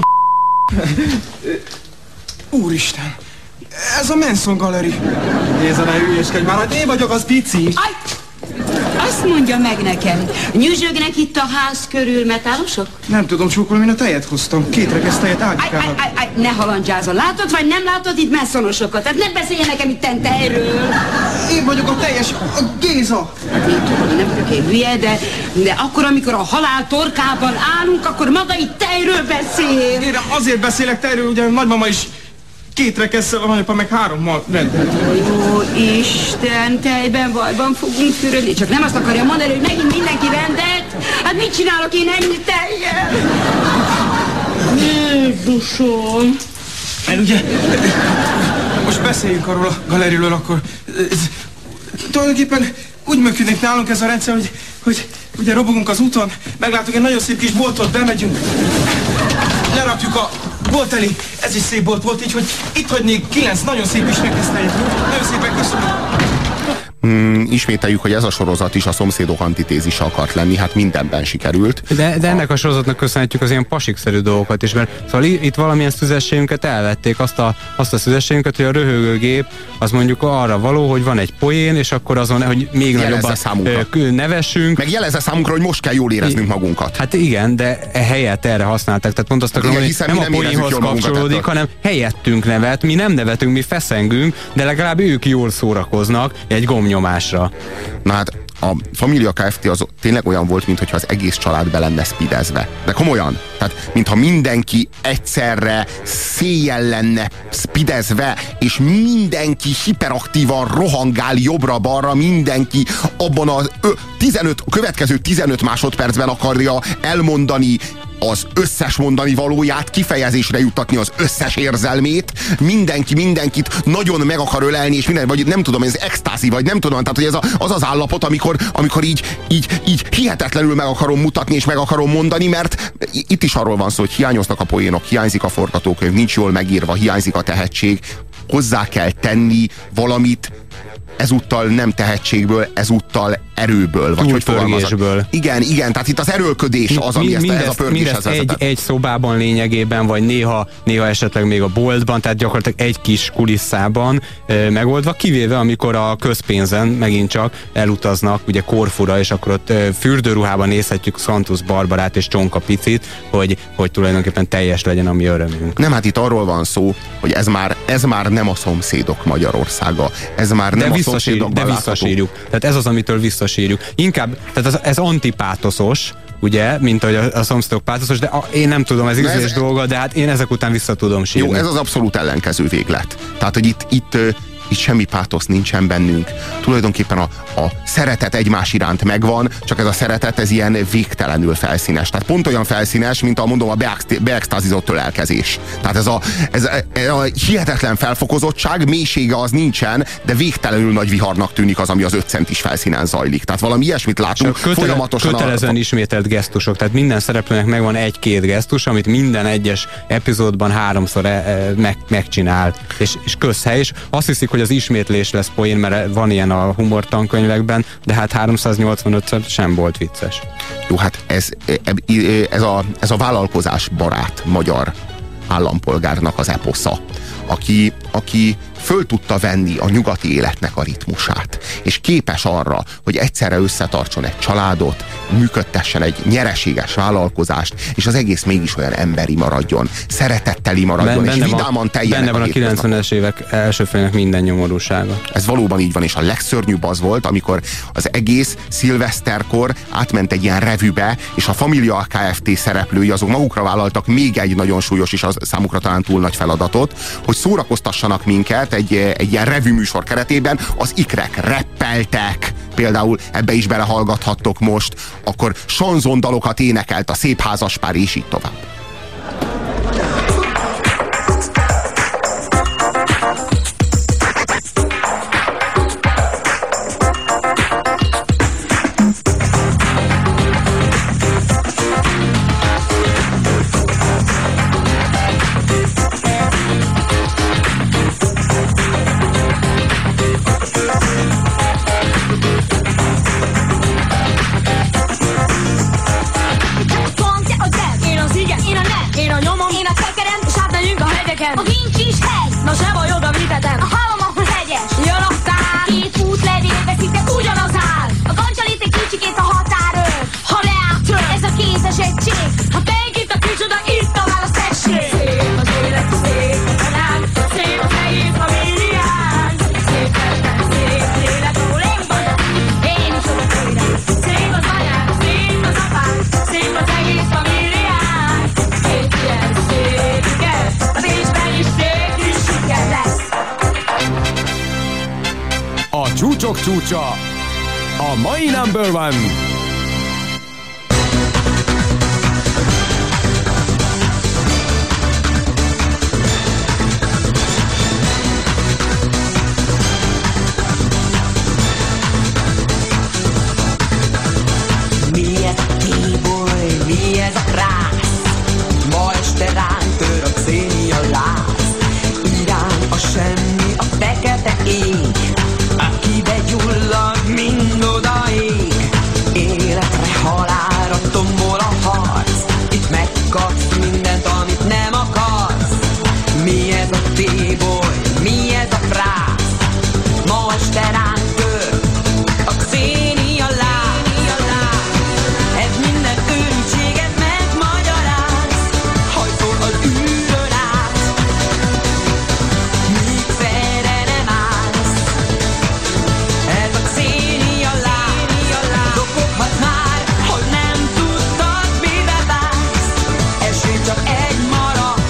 Úristen! Ez a Manson Gallery. Nézze, ne hülyeskedj már, hogy én vagyok az pici. Azt mondja meg nekem, nyüzsögnek itt a ház körül metálosok? Nem tudom, csókolom, én a tejet hoztam. 2 rekesz tejet Ágikának. Ne halandzsázzon. Látod, vagy nem látod itt messzonosokat? Tehát ne beszéljen nekem itten tejről. Én vagyok a teljes, a Géza. Hát én tudom, hogy nem vagyok én hülye, de akkor, amikor a halál torkában állunk, akkor maga itt tejről beszél. Én azért beszélek tejről, ugye nagymama is 2 rekesszel, a nagyapa meg 3-mal rendelt. Jó Isten, tejben, vajban fogunk fürödni. Csak nem azt akarja mondani, hogy megint mindenki rendelt? Hát mit csinálok én ennyi tejjel? Jézusom! Mert ugye, most beszéljünk arról a galeriről, akkor tulajdonképpen úgy működik nálunk ez a rendszer, hogy ugye robogunk az úton, meglátunk egy nagyon szép kis boltot, bemegyünk, lerakjuk a bolt elé, ez is szép bolt volt, így, hogy itt hagynék 9 nagyon szép is rekeszteljét. Nagyon szépen köszönöm. Ismételjük, hogy ez a sorozat is a szomszédok antitézise akart lenni, hát mindenben sikerült. De ennek a sorozatnak köszönhetjük az ilyen pasikszerű dolgokat is, mert szóval itt valamilyen szüzességünket elvették, azt a szüzességünket, hogy a röhögőgép az mondjuk arra való, hogy van egy poén, és akkor azon, hogy még nagyobban nevessünk. Meg jelezze számunkra, hogy most kell jól éreznünk magunkat. Hát igen, de helyett erre használták. Tehát pont azt akarom, hogy nem a poénhoz kapcsolódik, hanem helyettünk nevet, mi nem nevetünk, mi feszengünk, de legalább ők jól szórakoznak egy gomnyomásra. Na hát a Família Kft. Az tényleg olyan volt, mintha az egész család be lenne spidezve. De komolyan. Tehát, mintha mindenki egyszerre széjjel lenne spidezve, és mindenki hiperaktívan rohangál jobbra-balra, mindenki abban a következő 15 másodpercben akarja elmondani az összes mondani valóját, kifejezésre juttatni az összes érzelmét, mindenkit nagyon meg akar ölelni, és minden, vagy nem tudom, ez extázi, vagy nem tudom, tehát hogy ez az állapot, amikor így hihetetlenül meg akarom mutatni, és meg akarom mondani, mert itt is arról van szó, hogy hiányoznak a poénok, hiányzik a forgatókönyv, nincs jól megírva, hiányzik a tehetség, hozzá kell tenni valamit, ezúttal nem tehetségből, ezúttal erőből. Vagy túlpörgésből. Igen, tehát itt az erőlködés az, ami ez a pörgéshez vezetett. Egy szobában lényegében, vagy néha esetleg még a boltban, tehát gyakorlatilag egy kis kulisszában megoldva, kivéve amikor a közpénzen megint csak elutaznak ugye Korfura, és akkor ott fürdőruhában nézhetjük Santus Barbarát és Csonka Picit, hogy tulajdonképpen teljes legyen a mi örömünk. Nem, hát itt arról van szó, hogy ez már nem a szomszédok Magyarországa. Ez már nem a szomszédokban visszasírjuk. Tehát ez az, amitől visszasírjuk. Inkább, tehát ez antipátoszos, ugye, mint ahogy a szomszédok pátoszos, de én nem tudom, ez ízlés dolga, de hát én ezek után vissza tudom sírni. Jó, ez az abszolút ellenkező véglet. Tehát, hogy itt semmi pátosz nincsen bennünk. Tulajdonképpen a szeretet egymás iránt megvan, csak ez a szeretet, ez ilyen végtelenül felszínes. Tehát pont olyan felszínes, mint mondom, a beextázizott ölelkezés. Tehát ez a hihetetlen felfokozottság, mélysége az nincsen, de végtelenül nagy viharnak tűnik az, ami az 5 centis felszínen zajlik. Tehát valami ilyesmit látunk folyamatosan. Kötelezően ismételt gesztusok, tehát minden szereplőnek megvan 1-2 gesztus, amit minden egyes epizódban 3-szor megcsinál, és közhely, és azt hiszik, hogy az ismétlés lesz poén, mert van ilyen a humor tankönyvekben, de hát 385-szer sem volt vicces. Jó, hát ez a vállalkozás barát magyar állampolgárnak az eposza, aki föl tudta venni a nyugati életnek a ritmusát, és képes arra, hogy egyszerre összetartson egy családot, működtessen egy nyereséges vállalkozást, és az egész mégis olyan emberi maradjon, szeretetteli maradjon, és vidáman teljenek. Benne van a 90-es évek első felének minden nyomorúsága. Ez valóban így van, és a legszörnyűbb az volt, amikor az egész szilveszterkor átment egy ilyen revűbe, és a Familia Kft. Szereplői azok magukra vállaltak még egy nagyon súlyos, és az számukra talán túl nagy feladatot, hogy szórakoztassanak minket egy ilyen revű műsor keretében, az ikrek reppeltek, például ebbe is belehallgathattok most, akkor sanzondalokat énekelt a szép házaspár, és így tovább. A kincs is hegy, na se baj, oda vitetem. A halom, ahol hegyes, jön a szár. 2 útlevélbe szinte ugyanaz áll. A kancsalit egy kicsikét a határőr. Ha leálltől ez a kézes egység, ha teink itt a kicsoda, itt a válasz tessék. Szép az élet, szép a család, szép az egész familiánk. Szép festben, szép élet, ahol én vagyok, én is oda tőlem. Szép az anyám, szép az apám, szép az egész familiánk. Szép ilyen, szép igen, az Isten is szép kis siker lesz. A csúcsok csúcsa, a mai number one. Mi ez a T-boy, mi ez a krász? Ma este ránk tör a Xenia láz. Irán a semmi, a fekete ég, akibe gyullad mindodaig. Életre, halálra tombol a harc, itt megkapsz mindent, amit nem akarsz. Mi ez a T-boy, mi ez a frász? Ma este ránk tör a Xenia láz. Ez minden őrültséget megmagyaráz, hajszol az űrön át, míg félre nem állsz. Ez a Xenia láz, doboghat már, hogy nem tudtad, mibe vágsz. Esély csak egy maradt,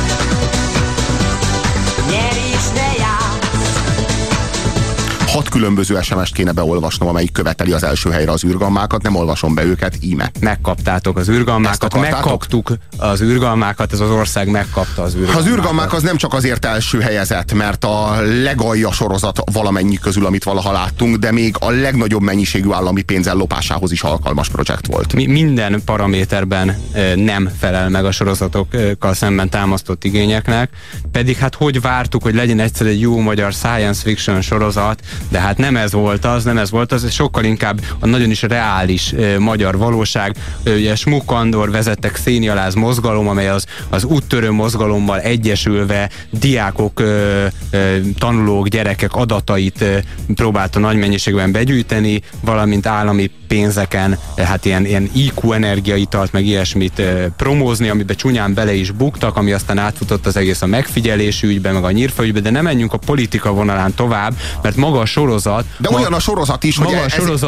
nyerj és ne játsz. 6 különböző SMS-t kéne beolvasnom, amelyik követeli az első helyre az űrgammákat, nem olvasom be őket, íme. Megkaptátok az űrgammákat, megkaptuk az űrgalmákat, ez az ország megkapta az űrgalmákat. Az űrgalmák az nem csak azért első helyezett, mert a legalja sorozat valamennyi közül, amit valaha láttunk, de még a legnagyobb mennyiségű állami pénz ellopásához is alkalmas projekt volt. Minden paraméterben nem felel meg a sorozatokkal szemben támasztott igényeknek, pedig hát hogy vártuk, hogy legyen egyszer egy jó magyar science fiction sorozat, de hát nem ez volt az, ez sokkal inkább a nagyon is reális magyar valóság. Ugye Smuk Andor vezette Xenia láz mozgalom, amely az úttörő mozgalommal egyesülve diákok, tanulók, gyerekek adatait próbálta nagy mennyiségben begyűjteni, valamint állami pénzeken, hát ilyen IQ energiaitalt, meg ilyesmit promózni, amiben csúnyán bele is buktak, ami aztán átfutott az egész a megfigyelési ügybe, meg a nyírfa ügybe, de nem menjünk a politika vonalán tovább, mert maga a sorozat... De olyan a sorozat is, hogy... Maga a sorozat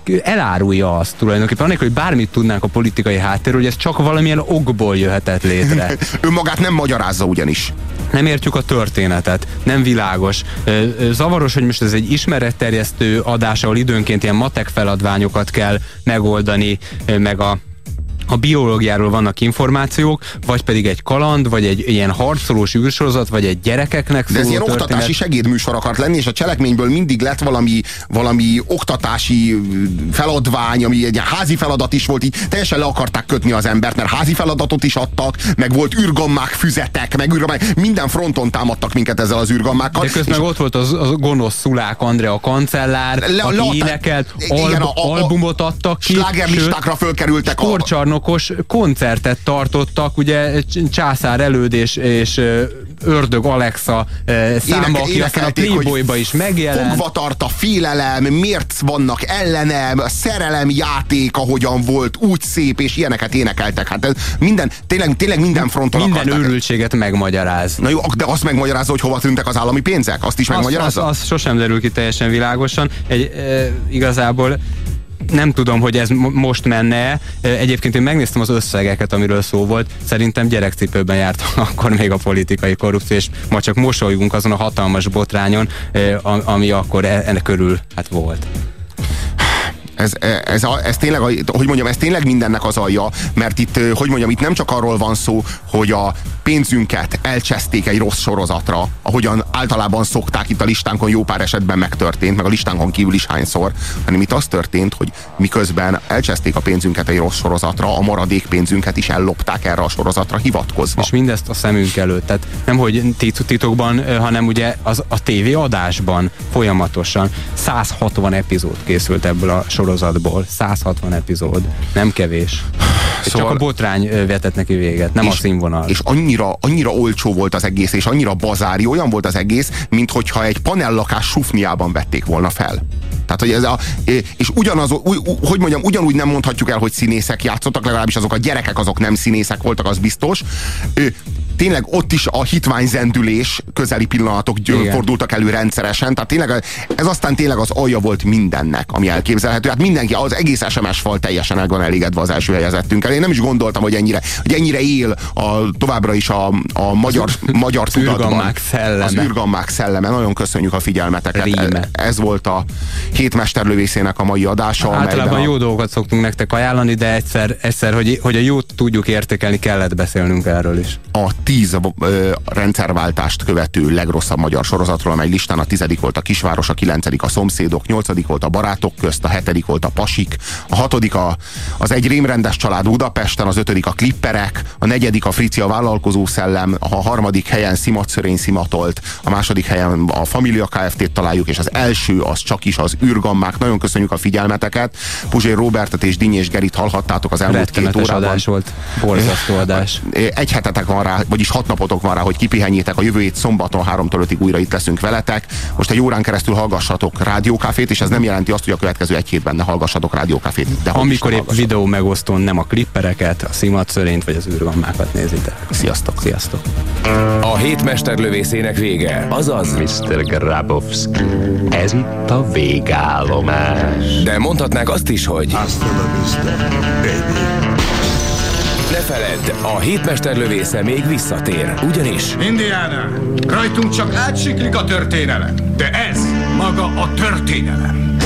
elárulja azt tulajdonképpen, annélkül, hogy bármit tudnánk a politikai háttérről, hogy ez csak valamilyen okból jöhetett létre. Ő magát nem magyarázza ugyanis. Nem értjük a történetet, nem világos. Zavaros, hogy most ez egy ismeretterjesztő adás, ahol időnként ilyen matek feladványokat kell megoldani, meg a biológiáról vannak információk, vagy pedig egy kaland, vagy egy ilyen harcolós űrsorozat, vagy egy gyerekeknek szóló. De ez ilyen oktatási segédműsor akart lenni, és a cselekményből mindig lett valami oktatási feladvány, ami egy házi feladat is volt, így teljesen le akarták kötni az embert, mert házi feladatot is adtak, meg volt űrgammák füzetek, meg űrgammák, minden fronton támadtak minket ezzel az űrgammákkal. De közben ott volt az gonosz Szulák Andrea kancellár, aki énekelt, albumot adtak ki, slágerlistákra fölkerültek koncertet tartottak, ugye Császár Előd és Ördög Alexa számba, aki aztán a Playboyba is megjelent. Fogva tart a félelem, miért vannak ellenem, a szerelemjáték, ahogyan volt, úgy szép, és ilyeneket énekeltek. Hát ez tényleg minden fronton minden akartak. őrültséget megmagyaráz. Na jó, de azt megmagyarázza, hogy hova tűntek az állami pénzek? Azt is megmagyarázza? Az sosem derül ki teljesen világosan. Igazából nem tudom, hogy ez most menne. Egyébként én megnéztem az összegeket, amiről szó volt. Szerintem gyerekcipőben járt akkor még a politikai korrupció, és ma csak mosolygunk azon a hatalmas botrányon, ami akkor ennek körül volt. Ez tényleg, hogy mondjam, ez tényleg mindennek az alja, mert itt, hogy mondjam, itt nem csak arról van szó, hogy a pénzünket elcseszték egy rossz sorozatra, ahogyan általában szokták, itt a listánkon jó pár esetben megtörtént, meg a listánkon kívül is hányszor, hanem itt az történt, hogy miközben elcseszték a pénzünket egy rossz sorozatra, a maradék pénzünket is ellopták erre a sorozatra hivatkozva. És mindezt a szemünk előtt, tehát nem hogy titokban, hanem ugye a tévéadásban folyamatosan 160 epizód készült ebből a sorozatból. 160 epizód. Nem kevés. Szóval csak a botrány vetett neki véget, nem a színvonal. És annyira olcsó volt az egész, és annyira bazári, olyan volt az egész, mint hogyha egy panellakás sufniában vették volna fel. Tehát, hogy és hogy mondjam, ugyanúgy nem mondhatjuk el, hogy színészek játszottak, legalábbis azok a gyerekek, azok nem színészek voltak, az biztos. Tényleg ott is a hitványzendülés közeli pillanatok fordultak elő rendszeresen, tehát tényleg ez aztán tényleg az alja volt mindennek, ami elképzelhető. Hát mindenki, az egész SMS fal teljesen meg van elégedve az első helyezettünkkel. Én nem is gondoltam, hogy ennyire él továbbra is a magyar tudatban. Az űrgammák szelleme. Nagyon köszönjük a figyelmeteket. Ez volt a Hét mesterlövészének a mai adása. Általában jó dolgokat szoktunk nektek ajánlani, de egyszer hogy a jót tudjuk értékelni, kellett beszélnünk erről is. A 10 rendszerváltást követő legrosszabb magyar sorozatról, amely listán a 10. volt a Kisváros, a 9. a Szomszédok, 8. volt a Barátok közt, a 7. volt a Pasik, a 6. az Egy rémrendes család Budapesten, az 5. a Klipperek, a 4. a Frici a vállalkozó szellem, a 3. helyen Szimatszörény Szimatolt, a 2. helyen a Família Kft-t találjuk, és az első az csak is az űrgammák. Nagyon köszönjük a figyelmeteket. Puzsér Róbertet és Dinnyés Gerit hallhattátok az elmúlt 2 órában. Adás volt. Borzasztó adás. Egy hetetek van rá, vagyis 6 napotok van rá, hogy kipihenjétek. A jövő hét szombaton 3-tól 5-ig újra itt leszünk veletek. Most egy órán keresztül hallgassatok rádiókafét, és ez nem jelenti azt, hogy a következő egy hétben ne hallgassatok rádiókafét. De amikor épp videó megosztón nem a klippereket, a Szimatszörényt vagy az űrgammákat nézitek. Sziasztok! Sziasztok! A Hét mesterlövészének vége, azaz Mr. Grabowski. Ez itt a végállomás. De mondhatnák azt is, hogy Hasta la vista, baby. Ne feledd, a Hét mesterlövésze még visszatér, ugyanis Indiana, rajtunk csak átsiklik a történelem, de ez maga a történelem.